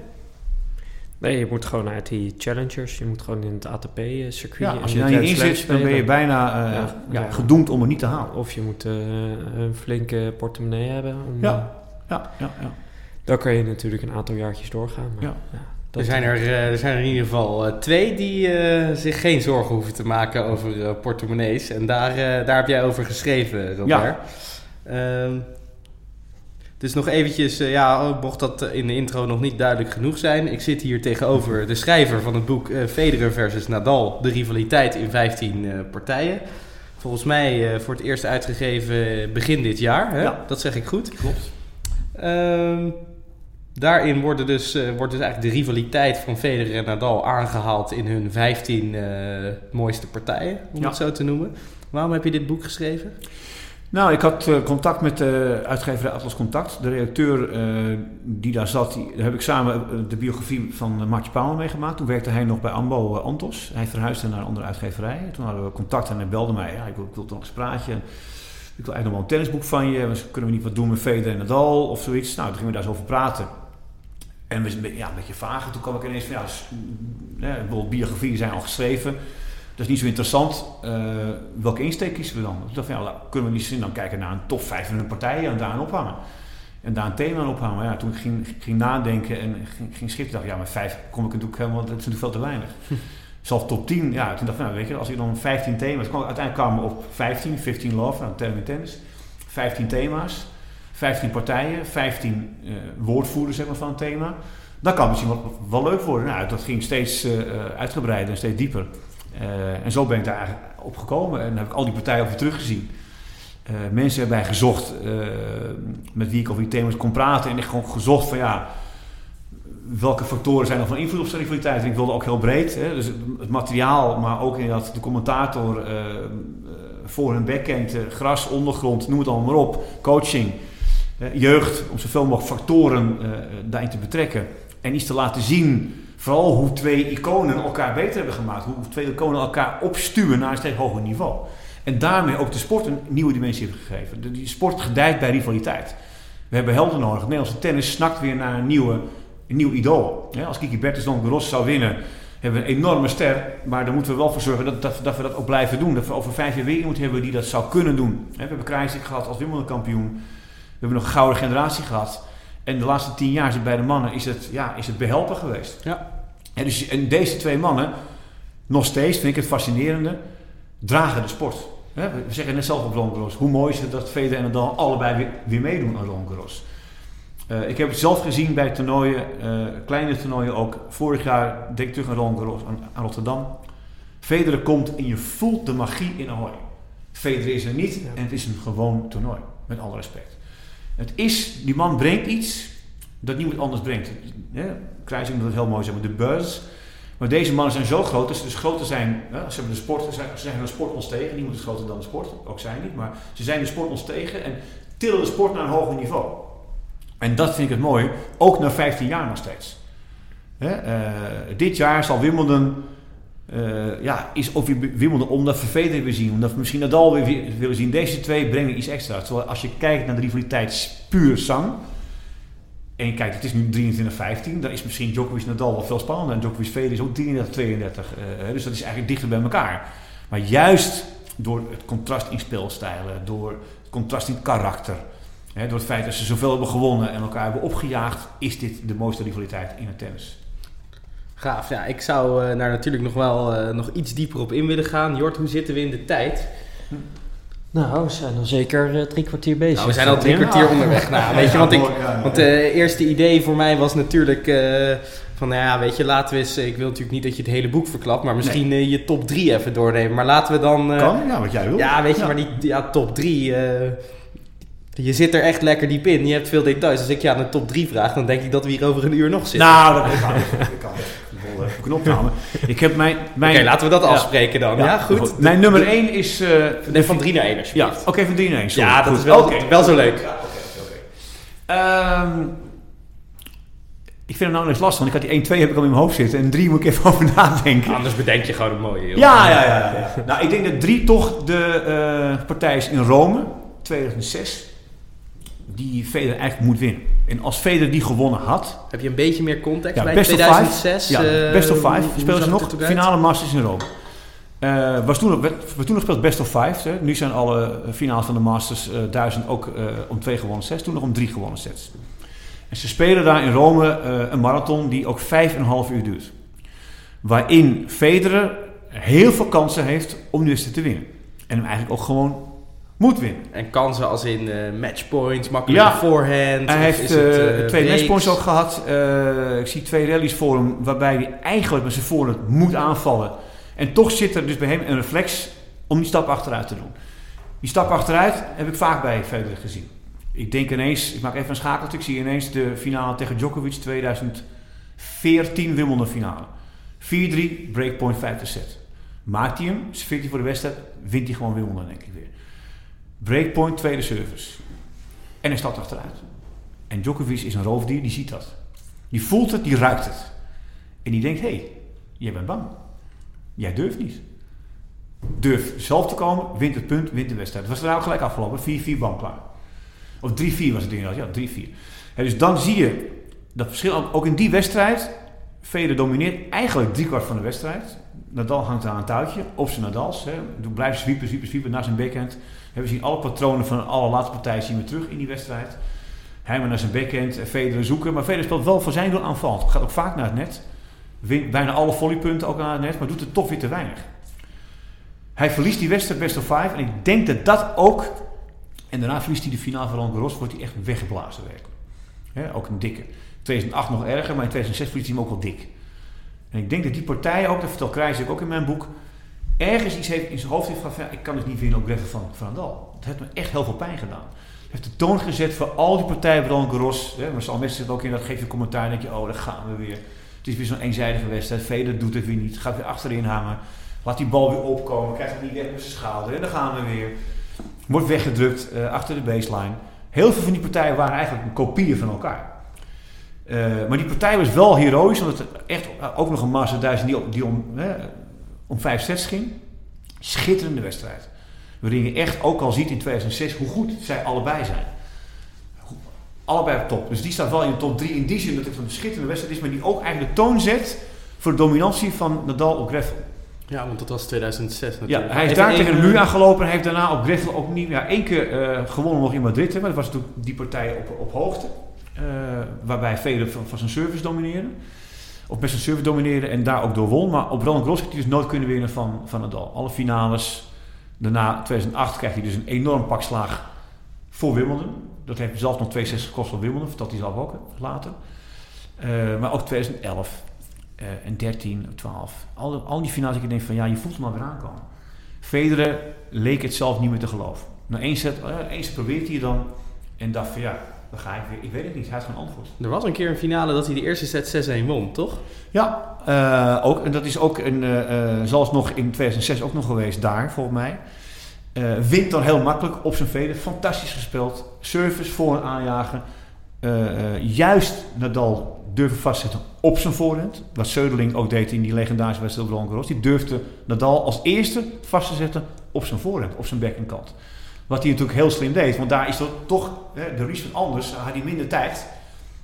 Nee, je moet gewoon uit die challengers, je moet gewoon in het A T P-circuit. Ja, als je daar niet in zit, dan ben je bijna uh, ja, ja, ja. gedoemd om het niet te halen. Of je moet uh, een flinke portemonnee hebben. Om, ja. Uh, ja, ja, ja. Dan kan je natuurlijk een aantal jaartjes doorgaan. Maar, ja. Ja, er, zijn er, uh, er zijn er in ieder geval uh, twee die uh, zich geen zorgen hoeven te maken over uh, portemonnees. En daar, uh, daar heb jij over geschreven, Robert. Ja. Uh, Dus nog eventjes, uh, ja, mocht dat in de intro nog niet duidelijk genoeg zijn. Ik zit hier tegenover de schrijver van het boek uh, Federer versus Nadal. De rivaliteit in vijftien uh, partijen. Volgens mij uh, voor het eerst uitgegeven begin dit jaar. Hè? Ja. Dat zeg ik goed. Klopt. Uh, daarin worden dus, uh, wordt dus eigenlijk de rivaliteit van Federer en Nadal aangehaald in hun vijftien uh, mooiste partijen, om ja. het zo te noemen. Waarom heb je dit boek geschreven? Nou, ik had uh, contact met de uh, uitgeverij Atlas Contact. De redacteur uh, die daar zat, die, daar heb ik samen uh, de biografie van uh, Maartje Paal meegemaakt. Toen werkte hij nog bij Ambo uh, Antos. Hij verhuisde naar een andere uitgeverij. Toen hadden we contact en hij belde mij. Ja, ik wil, ik wil toch nog eens praatje. Ik wil eigenlijk nog wel een tennisboek van je. Kunnen we niet wat doen met Federer en Nadal of zoiets? Nou, toen gingen we daar zo over praten. En we zijn ja, een beetje vaag. Toen kwam ik ineens van, ja, dus, ja bijvoorbeeld biografieën zijn al geschreven. Dat is niet zo interessant. Uh, welke insteek kiezen we dan? Dus ik dacht van, ja, kunnen we niet dan kijken naar een top vijf van hun partijen en daar aan ophangen. En daar een thema aan ophangen. Maar ja, toen ik ging, ging nadenken en ging, ging schrijven, dacht ik, ja, met vijf kom ik natuurlijk helemaal, dat is natuurlijk veel te weinig. Zelfs top tien, ja, toen dacht ik, nou, weet je, als ik dan vijftien thema's, kwam, uiteindelijk kwamen we op vijftien, vijftien love, nou, term in tennis. vijftien thema's, vijftien partijen, vijftien uh, woordvoerders zeg maar, van een thema. Dat kan misschien wel, wel leuk worden. Nou, dat ging steeds uh, uitgebreider en steeds dieper. Uh, en zo ben ik daar eigenlijk op gekomen en heb ik al die partijen weer teruggezien. Uh, mensen hebben mij gezocht uh, met wie ik over die thema's kon praten en echt gewoon gezocht van ja, welke factoren zijn er van invloed op zijn rivaliteit. En ik wilde ook heel breed, hè, dus het materiaal, maar ook inderdaad de commentator uh, uh, voor hun backhand, uh, gras, ondergrond, noem het allemaal maar op, coaching, uh, jeugd, om zoveel mogelijk factoren uh, daarin te betrekken en iets te laten zien. Vooral hoe twee iconen elkaar beter hebben gemaakt. Hoe twee iconen elkaar opstuwen naar een steeds hoger niveau. En daarmee ook de sport een nieuwe dimensie hebben gegeven. De, die sport gedijt bij rivaliteit. We hebben helden nodig. Het Nederlandse tennis snakt weer naar een, nieuwe, een nieuw idool. Ja, als Kiki Bertens Roland Garros zou winnen, hebben we een enorme ster. Maar daar moeten we wel voor zorgen dat, dat, dat we dat ook blijven doen. Dat we over vijf jaar weer iemand hebben die dat zou kunnen doen. We hebben Krajicek gehad als Wimbledon kampioen. We hebben nog een gouden generatie gehad. En de laatste tien jaar is het bij de mannen is het, ja, is het behelpen geweest. Ja. En, dus, en deze twee mannen, nog steeds, vind ik het fascinerende, dragen de sport. We zeggen net zelf op Roland Garros, hoe mooi is het dat Federer en Nadal allebei weer, weer meedoen aan Roland Garros. Uh, ik heb het zelf gezien bij toernooien, uh, kleine toernooien ook. Vorig jaar denk ik terug aan Roland Garros, aan, aan Rotterdam. Federer komt en je voelt de magie in Ahoy. Federer is er niet ja. En het is een gewoon toernooi, met alle respect. Het is, die man brengt iets dat niemand anders brengt. Ja, Kruijsing moet het heel mooi zeggen, de buzz. Maar deze mannen zijn zo groot, dat ze dus groter zijn. Ja, ze hebben de sport, ze zijn de sport ons tegen. Niemand is groter dan de sport, ook zij niet. Maar ze zijn de sport ons tegen en tillen de sport naar een hoger niveau. En dat vind ik het mooi, ook na vijftien jaar nog steeds. Ja, uh, dit jaar zal Wimbledon, uh, ja, is of Wimbledon omdat we Federer weer zien, omdat we misschien Nadal weer willen zien. Deze twee brengen iets extra. Terwijl als je kijkt naar de rivaliteit puur zang. En kijk, het is nu drieëntwintig vijftien. Daar is misschien Djokovic Nadal wel veel spannender. En Djokovic Federer is ook drieëndertig tweeëndertig. Uh, dus dat is eigenlijk dichter bij elkaar. Maar juist door het contrast in speelstijlen, door het contrast in karakter, hè, door het feit dat ze zoveel hebben gewonnen en elkaar hebben opgejaagd, is dit de mooiste rivaliteit in het tennis. Gaaf. Ja, ik zou uh, daar natuurlijk nog wel uh, nog iets dieper op in willen gaan. Jort, hoe zitten we in de tijd? Hm. Nou, we zijn al zeker uh, drie kwartier bezig. Nou, we zijn al drie kwartier onderweg. Nou, weet je, want ik, want het uh, eerste idee voor mij was natuurlijk uh, van, nou ja, weet je, laten we eens, ik wil natuurlijk niet dat je het hele boek verklapt, maar misschien nee. uh, je top drie even doornemen. Maar laten we dan... Uh, kan, ja, wat jij wil. Ja, weet je, ja. maar die ja, top drie... Uh, je zit er echt lekker diep in. Je hebt veel details. Als ik je aan de top drie vraag, dan denk ik dat we hier over een uur nog zitten. Nou, dat kan niet. Dat kan niet. Knopnamen. Ik heb mijn... mijn Oké, laten we dat ja. afspreken dan. Ja, ja goed. goed. Mijn nummer één is... Uh, nee, van drie naar één alsjeblieft. Ja, oké, okay, van drie naar één. Sorry. Ja, dat goed. is wel, okay. wel zo leuk. Ja, okay, okay. Um, ik vind hem nou eens lastig, want ik had die één twee heb ik al in mijn hoofd zitten en drie moet ik even over nadenken. Anders bedenk je gewoon een mooie. Joh. Ja, ja, ja, ja, ja. Nou, ik denk dat drie toch de uh, partij is in Rome, tweeduizend zes. Die Federer eigenlijk moet winnen. En als Federer die gewonnen had... Heb je een beetje meer context ja, bij best tweeduizend zes? Of five. Ja, uh, best of five. Spelen ze nog finale Masters in Rome. Uh, was toen, werd, werd toen nog gespeeld best of five. Hè. Nu zijn alle finales van de Masters uh, duizend ook uh, om twee gewonnen sets. Toen nog om drie gewonnen sets. En ze spelen daar in Rome uh, een marathon die ook vijf en een half uur duurt. Waarin Federer heel veel kansen heeft om nu eens te winnen. En hem eigenlijk ook gewoon... moet winnen. En kansen als in uh, matchpoints, makkelijke ja. voorhand. Hij heeft is het, uh, twee matchpoints ook gehad. Uh, ik zie twee rallies voor hem waarbij hij eigenlijk met zijn voorhand moet aanvallen. En toch zit er dus bij hem een reflex om die stap achteruit te doen. Die stap achteruit heb ik vaak bij Federer gezien. Ik denk ineens, ik maak even een schakeltje. Ik zie ineens de finale tegen Djokovic tweeduizend veertien Wimbledon finale. vier drie, breakpoint, vijfde set. Maakt hij hem, serveert hij voor de wedstrijd, wint hij gewoon Wimbledon denk ik weer. Breakpoint, tweede service. En hij stapt achteruit. En Djokovic is een roofdier, die ziet dat. Die voelt het, die ruikt het. En die denkt, hé, hey, jij bent bang. Jij durft niet. Durf zelf te komen, wint het punt, wint de wedstrijd. Het was er ook gelijk afgelopen, vier vier, bam, klaar. Of drie vier was het inderdaad, ja, drie vier. En dus dan zie je dat verschil, ook in die wedstrijd, Federer domineert eigenlijk driekwart van de wedstrijd. Nadal hangt aan een touwtje, op zijn Nadals. Hè. Blijft zwiepen, zwiepen, zwiepen naar zijn backhand. We zien alle patronen van de allerlaatste partij zien we terug in die wedstrijd. Hij maar naar zijn backhand, Federer zoeken. Maar Federer speelt wel voor zijn doel aanvallend. Gaat ook vaak naar het net. Wint bijna alle volleypunten ook naar het net. Maar doet het toch weer te weinig. Hij verliest die wedstrijd best of five. En ik denk dat dat ook... En daarna verliest hij de finale van Roland Garros. Wordt hij echt weggeblazen werkelijk. He, ook een dikke. tweeduizend acht nog erger. Maar in tweeduizend zes verliest hij hem ook wel dik. En ik denk dat die partij ook, dat vertelt Krijs ook in mijn boek... ergens iets heeft in zijn hoofd heeft van, ja, ik kan dus niet winnen op gravel van, van Nadal. Dat heeft me echt heel veel pijn gedaan. Hij heeft de toon gezet voor al die partijen bij Roland Garros. Hè, maar zoals mensen zitten ook in, dat geef je een commentaar en denk je, oh, daar gaan we weer. Het is weer zo'n eenzijdige wedstrijd. Federer doet het weer niet. Gaat weer achterin hangen. Laat die bal weer opkomen. Krijgt het niet weg met zijn schouder. En dan gaan we weer. Wordt weggedrukt uh, achter de baseline. Heel veel van die partijen waren eigenlijk een kopieën van elkaar. Uh, maar die partij was wel heroïsch, omdat het echt ook nog een Master duizend die, die om... Hè, om vijf sets ging. Schitterende wedstrijd. Waarin je echt ook al ziet in tweeduizend zes hoe goed zij allebei zijn. Allebei op top. Dus die staat wel in de top drie in die zin dat het een schitterende wedstrijd is, maar die ook eigenlijk de toon zet voor de dominantie van Nadal op gravel. Ja, want dat was tweeduizend zes natuurlijk. Ja, hij is Even daar tegen de muur aangelopen en heeft daarna op gravel ook niet... Ja, één keer uh, gewonnen nog in Madrid, hè, maar dat was toen die partij op, op hoogte. Uh, waarbij Federer van, van zijn service domineerde. Of best een service domineerde en daar ook door won. Maar op Roland Garros heeft hij dus nooit kunnen winnen van, van Nadal. Alle finales. Daarna, tweeduizend acht, krijgt hij dus een enorm pak slaag voor Wimbledon. Dat heeft zelfs nog twee zes gekost voor Wimbledon. Vertelt hij zelf ook later. Uh, maar ook tweeduizend elf uh, en dertien, twaalf. Al, al die finales, ik denk van ja, je voelt hem maar weer aankomen. Federer leek het zelf niet meer te geloven. Nou, één set, uh, één set probeert hij dan en dacht van ja... Dan ga ik weer. Ik weet het niet. Hij had geen antwoord. Er was een keer een finale dat hij de eerste set zes een won, toch? Ja, uh, ook. En dat is ook een, uh, uh, zoals nog in tweeduizend zes ook nog geweest daar, volgens mij. Uh, wint dan heel makkelijk op zijn veden. Fantastisch gespeeld. Service voor een aanjagen. Uh, uh, juist Nadal durven vastzetten op zijn voorhand. Wat Söderling ook deed in die legendarische wedstrijd op Roland Garros. Die durfde Nadal als eerste vast te zetten op zijn voorhand, op zijn backhandkant. Wat hij natuurlijk heel slim deed, want daar is dat toch, hè, de reach van anders, had hij minder tijd.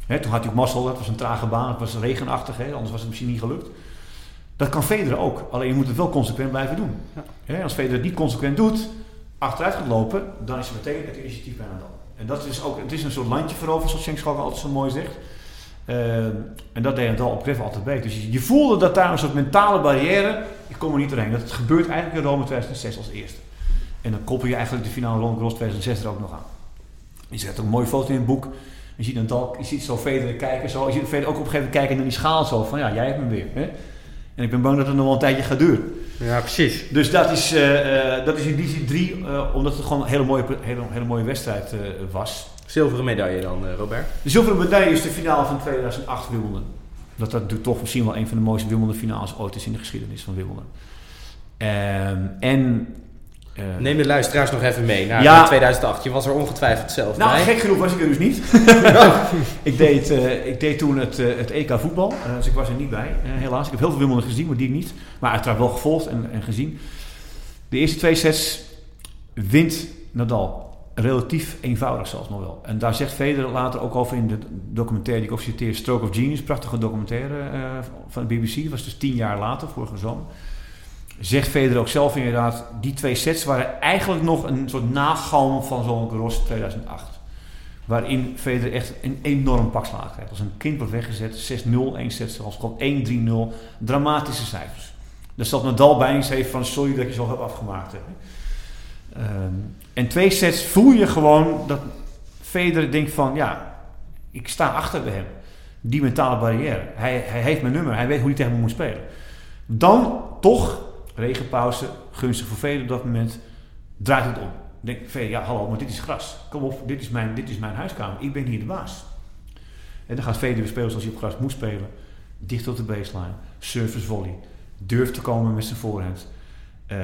Hè, toen had hij ook mazzel, dat was een trage baan, het was regenachtig, hè, anders was het misschien niet gelukt. Dat kan Federer ook, alleen je moet het wel consequent blijven doen. Ja. Hè, als Federer het niet consequent doet, achteruit gaat lopen, dan is het meteen het initiatief bij Nadal. En dat is ook, het is een soort landje veroveren, zoals Cenk Schalke altijd zo mooi zegt. Uh, en dat deed Nadal op Gref altijd beter. Dus je, je voelde dat daar een soort mentale barrière, ik kom er niet doorheen. Dat het gebeurt eigenlijk in Rome tweeduizend zes als eerste. En dan koppel je eigenlijk de finale Roland Garros tweeduizend zes er ook nog aan. Je zet ook een mooie foto in het boek. Je ziet Nadal, je ziet zo Federer kijken, zo. Je ziet Federer ook op een gegeven moment kijken naar die schaal zo van ja, jij hebt hem weer. Hè? En ik ben bang dat het nog wel een tijdje gaat duren. Ja, precies. Dus dat is, uh, uh, dat is in die zin drie, uh, omdat het gewoon een hele mooie, hele, hele mooie wedstrijd uh, was. Zilveren medaille dan, uh, Robert? De zilveren medaille is de finale van tweeduizend acht Wimbledon. Dat dat toch misschien wel een van de mooiste Wimbledon finales ooit is in de geschiedenis van Wimbledon. Um, en... Uh, Neem de luisteraars nog even mee naar ja, tweeduizend acht. Je was er ongetwijfeld zelf nou, bij. Nou, gek genoeg was ik er dus niet. ik, deed, uh, ik deed toen het, uh, het E K voetbal, uh, dus ik was er niet bij, uh, helaas. Ik heb heel veel Wimbledon gezien, maar die niet. Maar uiteraard wel gevolgd en, en gezien. De eerste twee sets wint Nadal. Relatief eenvoudig zelfs nog wel. En daar zegt Federer later ook over in de documentaire die ik ook citeer, Stroke of Genius, prachtige documentaire uh, van de B B C. Dat was dus tien jaar later, vorige zomer. Zegt Federer ook zelf inderdaad, die twee sets waren eigenlijk nog een soort nagalm van Roland Garros tweeduizend acht. Waarin Federer echt een enorm pak slaag krijgt. Als een kind wordt weggezet, zes nul, één set zelfs, gewoon één drie nul. Dramatische cijfers. Daar zat Nadal bij en zei van sorry dat je zo hebt afgemaakt. Hè. Um, en twee sets voel je gewoon dat Federer denkt van ja, ik sta achter bij hem. Die mentale barrière. Hij, hij heeft mijn nummer, hij weet hoe hij tegen me moet spelen. Dan toch, regenpauze, gunstig voor Federer op dat moment, draait het om. Denk Federer, ja hallo, maar dit is gras. Kom op, dit is mijn, dit is mijn huiskamer. Ik ben hier de baas. En dan gaat Federer weer spelen zoals hij op gras moet spelen. Dicht op de baseline. Service volley. Durft te komen met zijn voorhand. Uh,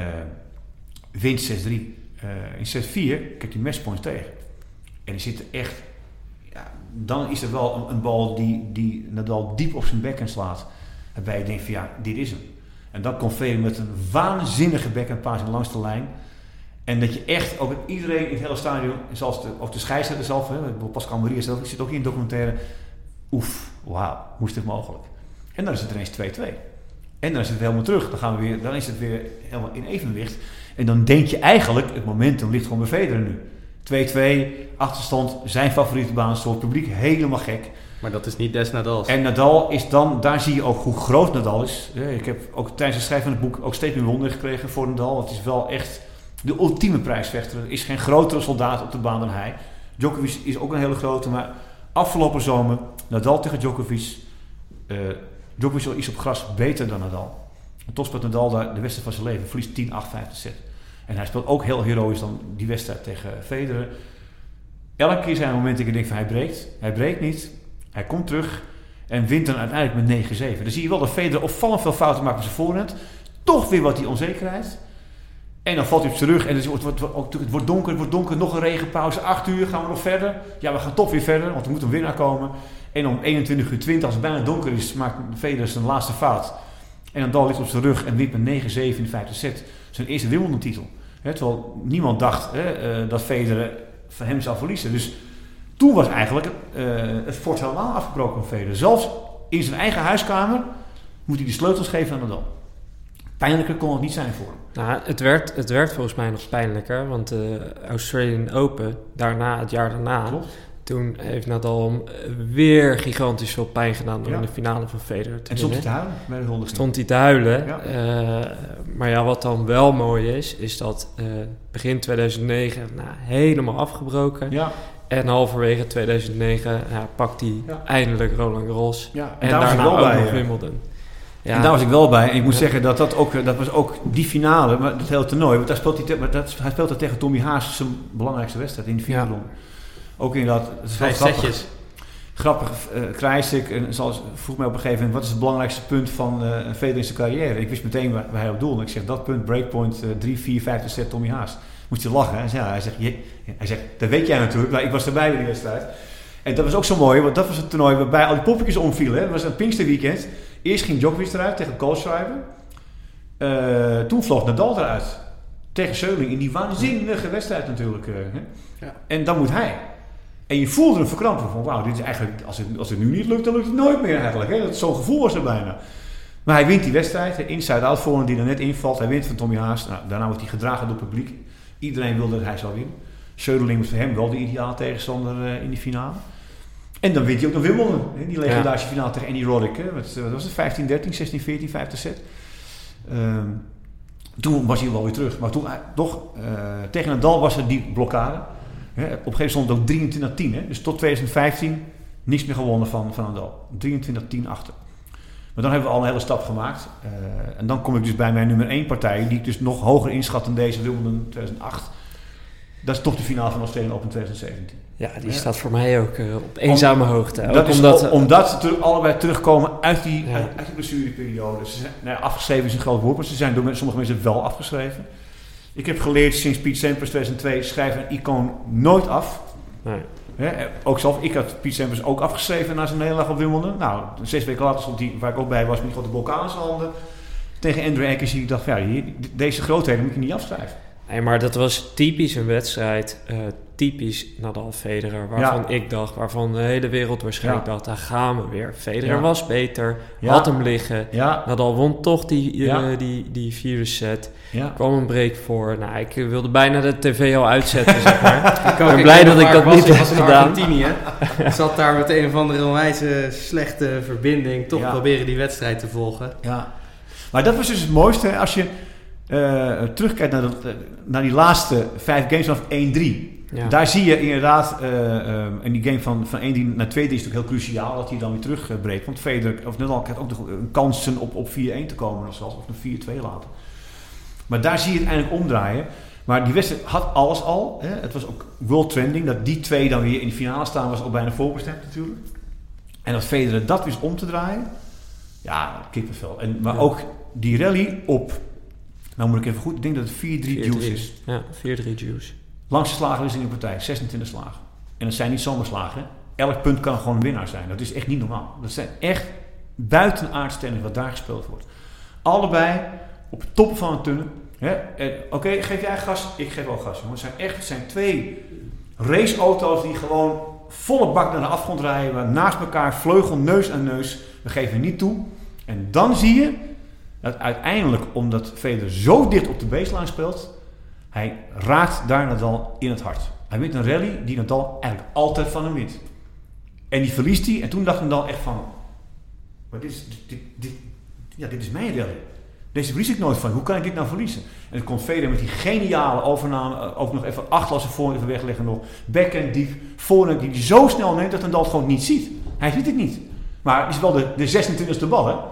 wint zes drie. Uh, in set vier krijgt hij matchpoints tegen. En die zit echt... Ja, dan is er wel een, een bal die, die Nadal diep op zijn backhand slaat. Waarbij je denkt van ja, dit is hem. En dan komt Federer met een waanzinnige backhandpassing langs de lijn. En dat je echt, ook iedereen in het hele stadion, zoals de, ook de scheidsrechter zelf, hè, Pascal Maria zelf, ik zit ook hier in documentaire. Oef, wauw, hoe is dit mogelijk? En dan is het ineens twee twee. En dan is het weer helemaal terug. Dan, gaan we weer, dan is het weer helemaal in evenwicht. En dan denk je eigenlijk, het momentum ligt gewoon bij Federer nu. twee twee, achterstand, zijn favoriete baan, voor het publiek helemaal gek. Maar dat is niet des Nadals. En Nadal is dan, daar zie je ook hoe groot Nadal is. Ik heb ook tijdens het schrijven van het boek ook steeds meer bewondering gekregen voor Nadal. Het is wel echt de ultieme prijsvechter. Er is geen grotere soldaat op de baan dan hij. Djokovic is ook een hele grote, maar afgelopen zomer Nadal tegen Djokovic. Uh, Djokovic is op gras beter dan Nadal. En toch speelt Nadal daar de wedstrijd van zijn leven. Verliest tien acht vijfde set. En hij speelt ook heel heroïs dan die wedstrijd tegen Federer. Elke keer zijn er momenten dat ik denk van hij breekt. Hij breekt niet. Hij komt terug en wint dan uiteindelijk met negen zeven. Dan zie je wel dat Federer opvallend veel fouten maakt met zijn voorhand. Toch weer wat die onzekerheid. En dan valt hij op zijn rug en het wordt, wordt, wordt, het wordt donker, het wordt donker. Nog een regenpauze, acht uur, gaan we nog verder? Ja, we gaan toch weer verder, want er moet een winnaar komen. En om eenentwintig uur twintig, als het bijna donker is, maakt Federer zijn laatste fout. En Nadal ligt op zijn rug en wint met negen zeven in de vijfde set. Zijn eerste Wimbledon-titel. He, terwijl niemand dacht he, uh, dat Federer van hem zou verliezen. Dus toen was eigenlijk uh, het fort helemaal afgebroken van Federer. Zelfs in zijn eigen huiskamer moet hij de sleutels geven aan Nadal. Pijnlijker kon het niet zijn voor hem. Nou, het werd, het werd volgens mij nog pijnlijker, want de Australian Open, daarna, het jaar daarna, Klopt. Toen heeft Nadal hem weer gigantisch veel pijn gedaan door ja. in de finale van Federer te En stond hij winnen. te huilen bij de huldiging? Stond hij te huilen. Ja. Uh, maar ja, wat dan wel mooi is, is dat uh, begin tweeduizend negen nou, helemaal afgebroken. Ja. En halverwege tweeduizend negen ja, pakt hij ja. eindelijk Roland Garros. Ja. En, en daar daarna was ik wel ook bij, nog ja. Wimbledon. Ja. En daar was ik wel bij. En ik moet ja. zeggen dat dat ook, dat was ook die finale, maar dat hele toernooi. Want daar speelt hij, te, maar dat, hij speelt er tegen Tommy Haas zijn belangrijkste wedstrijd in de vierde ronde. Ja. Ook inderdaad, het is wel Vijf grappig. setjes. Grappig, uh, Krijsik en zoals vroeg mij op een gegeven moment, wat is het belangrijkste punt van uh, Federer in zijn carrière? Ik wist meteen waar, waar hij op doelde. Ik zeg, dat punt, breakpoint, uh, drie, vier, vijfde set, Tommy Haas. Moest je lachen. Hè? Ja, hij zegt, je, hij zegt, dat weet jij natuurlijk, maar ik was erbij bij die wedstrijd. En dat was ook zo mooi, want dat was het toernooi waarbij al die poppetjes omvielen. Hè? Dat was een Pinksterweekend. Eerst ging Djokovic eruit tegen Kohlschreiber. Uh, toen vloog Nadal eruit. Tegen Scheuling in die waanzinnige wedstrijd natuurlijk. Uh, hè? Ja. En dan moet hij. En je voelde een verkramping van, wauw, dit is eigenlijk, als het, als het nu niet lukt, dan lukt het nooit meer eigenlijk. Hè? Dat, zo'n gevoel was er bijna. Maar hij wint die wedstrijd, inside-out voorhand die er net invalt. Hij wint van Tommy Haas. Nou, daarna wordt hij gedragen door het publiek. Iedereen wilde dat hij zou winnen. Söderling was voor hem wel de ideale tegenstander uh, in die finale. En dan wint hij ook nog Wimbledon. Hè? Die legendarische ja. finale tegen Andy Roddick. Hè? Wat, wat was het? vijftien dertien, zestien veertien, vijfde set. Um, toen was hij wel weer terug. Maar toen, uh, toch, uh, tegen Nadal was er die blokkade. Hè? Op een gegeven moment stond het ook drieëntwintig tien. Hè? Dus tot twintig vijftien niets meer gewonnen van, van Nadal. drieëntwintig tien achter. Maar dan hebben we al een hele stap gemaakt. Uh, en dan kom ik dus bij mijn nummer één partij, die ik dus nog hoger inschat dan deze Wimbledon tweeduizend acht. Dat is toch de finale van Australian Open twintig zeventien. Ja, die ja. staat voor mij ook uh, op eenzame Om, hoogte. Ook dat is omdat, om, omdat ze ter, allebei terugkomen uit die, ja. uit, uit die blessureperiode. Ze zijn, nou ja, afgeschreven is een groot woord, maar ze zijn door sommige mensen wel afgeschreven. Ik heb geleerd sinds Pete Sampras tweeduizend twee, schrijf een icoon nooit af. Nee. Ja, ook zelf, ik had Pete Sampras ook afgeschreven na zijn nederlaag op Wimbledon. Nou, zes weken later stond hij, waar ik ook bij was, met die grote bokaal in zijn handen. Tegen Andre Agassi. Ik dacht, ja, hier, deze grootheden moet je niet afschrijven. Nee, maar dat was typisch een wedstrijd, uh, typisch Nadal Federer, waarvan ja. ik dacht, waarvan de hele wereld waarschijnlijk ja. dacht, daar gaan we weer. Federer ja. was beter, ja. had hem liggen. Ja. Nadal won toch die, uh, ja. die, die vierde set. Ja. kwam een break voor. Nou, ik wilde bijna de tv al uitzetten, zeg maar. ik ben blij dat ik dat niet heb gedaan. Argentinië. Ik zat daar met een of andere onwijze slechte verbinding toch ja. proberen die wedstrijd te volgen. Ja. Maar dat was dus het mooiste als je uh, terugkijkt naar, dat, uh, naar die laatste vijf games van één drie. Ja. Daar zie je inderdaad, uh, uh, in die game van, van één drie naar twee drie is het ook heel cruciaal dat hij dan weer terugbreekt. Want Federer, of Nadal had ook nog kansen op, op vier één te komen of zelfs, of nog vier twee later. Maar daar zie je het eindelijk omdraaien. Maar die wedstrijd had alles al. Hè. Het was ook world trending. Dat die twee dan weer in de finale staan was ook bijna voorbestemd natuurlijk. En dat Federer dat wist om te draaien. Ja, kippenvel. En, maar ja. ook die rally op... Nou moet ik even goed... Ik denk dat het vier drie juice is. Ja, vier drie juice. Langste slagen is in de partij. zesentwintig slagen. En dat zijn niet zomaar slagen. Hè. Elk punt kan gewoon een winnaar zijn. Dat is echt niet normaal. Dat zijn echt buitenaardse tennis wat daar gespeeld wordt. Allebei op het toppen van een tunnel. Oké, okay, geef jij gas? Ik geef ook gas. Het zijn echt het zijn twee raceauto's die gewoon volle bak naar de afgrond rijden. Naast elkaar, vleugel, neus aan neus. We geven niet toe. En dan zie je dat uiteindelijk, omdat Federer zo dicht op de baseline speelt, hij raakt daar Nadal in het hart. Hij wint een rally die Nadal eigenlijk altijd van hem wint. En die verliest hij. En toen dacht Nadal echt van, maar dit is, dit, dit, dit, ja, dit is mijn rally. Deze verlies ik nooit van. Hoe kan ik dit nou verliezen? En dan komt Federer met die geniale overname. Ook nog even achterlassen voor even wegleggen nog. Backhand diep. Voorhand die hij zo snel neemt dat Nadal het gewoon niet ziet. Hij ziet het niet. Maar het is wel de, de zesentwintigste bal, hè?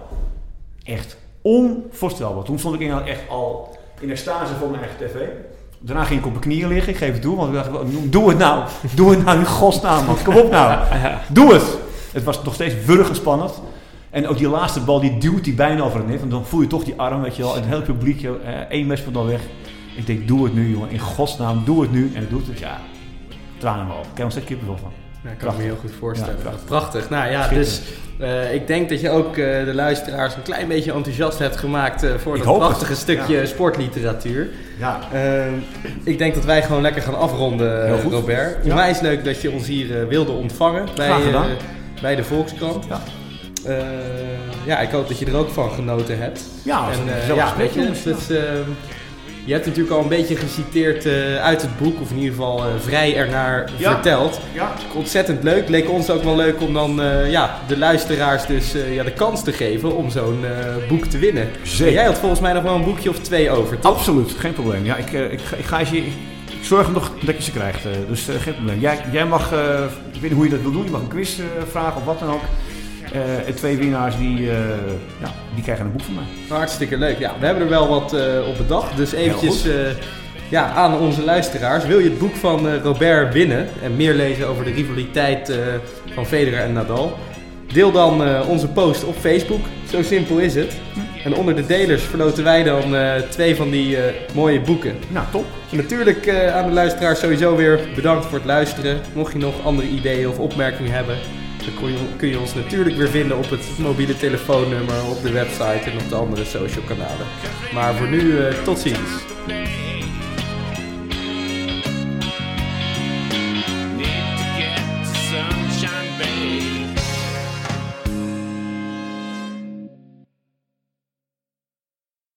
Echt onvoorstelbaar. Toen stond ik inderdaad echt al in extase voor mijn eigen tv. Daarna ging ik op mijn knieën liggen. Ik geef het toe. Want ik dacht, doe het nou. Doe het nou in godsnaam, man. Kom op nou. Doe het. Het was nog steeds wurgen spannend. En ook die laatste bal, die duwt die bijna over het net. Want dan voel je toch die arm, weet je wel. Het hele publiek, eh, één mes van dan weg. Ik denk, doe het nu, jongen. In godsnaam, doe het nu. En het doet het, ja. Tranen me op. Ik heb er nog steeds kippenvel van. Ja, ik kan prachtig. Me heel goed voorstellen. Ja, prachtig. prachtig. Nou ja, dus uh, ik denk dat je ook uh, de luisteraars een klein beetje enthousiast hebt gemaakt uh, voor ik dat prachtige het. stukje ja. sportliteratuur. Ja. Uh, ik denk dat wij gewoon lekker gaan afronden, Robert. Ja. Mij is leuk dat je ons hier uh, wilde ontvangen bij, uh, bij de Volkskrant. Ja. Uh, ja, ik hoop dat je er ook van genoten hebt. Ja, en, uh, ja weet je, dus, dus, uh, je hebt natuurlijk al een beetje geciteerd uh, uit het boek, of in ieder geval uh, vrij ernaar ja. verteld. Ja. Ontzettend leuk. Leek ons ook wel leuk om dan uh, ja, de luisteraars dus uh, ja, de kans te geven om zo'n uh, boek te winnen. Zeker. Jij had volgens mij nog wel een boekje of twee over, toch? Absoluut, geen probleem. Ja, ik, uh, ik, ik ga je, ik zorg nog dat je ze krijgt, uh, dus uh, geen probleem. Jij, jij mag, uh, ik weet niet hoe je dat wil doen, je mag een quiz uh, vragen of wat dan ook. Uh, en twee winnaars die, uh, ja, die krijgen een boek van mij. Hartstikke leuk. Ja, we hebben er wel wat uh, op bedacht. Dus eventjes uh, ja, aan onze luisteraars. Wil je het boek van uh, Robert winnen en meer lezen over de rivaliteit uh, van Federer en Nadal? Deel dan uh, onze post op Facebook. Zo simpel is het. En onder de delers verloten wij dan uh, twee van die uh, mooie boeken. Nou, top. En natuurlijk uh, aan de luisteraars sowieso weer bedankt voor het luisteren. Mocht je nog andere ideeën of opmerkingen hebben, dan kun je ons natuurlijk weer vinden op het mobiele telefoonnummer, op de website en op de andere social kanalen. Maar voor nu, uh, tot ziens.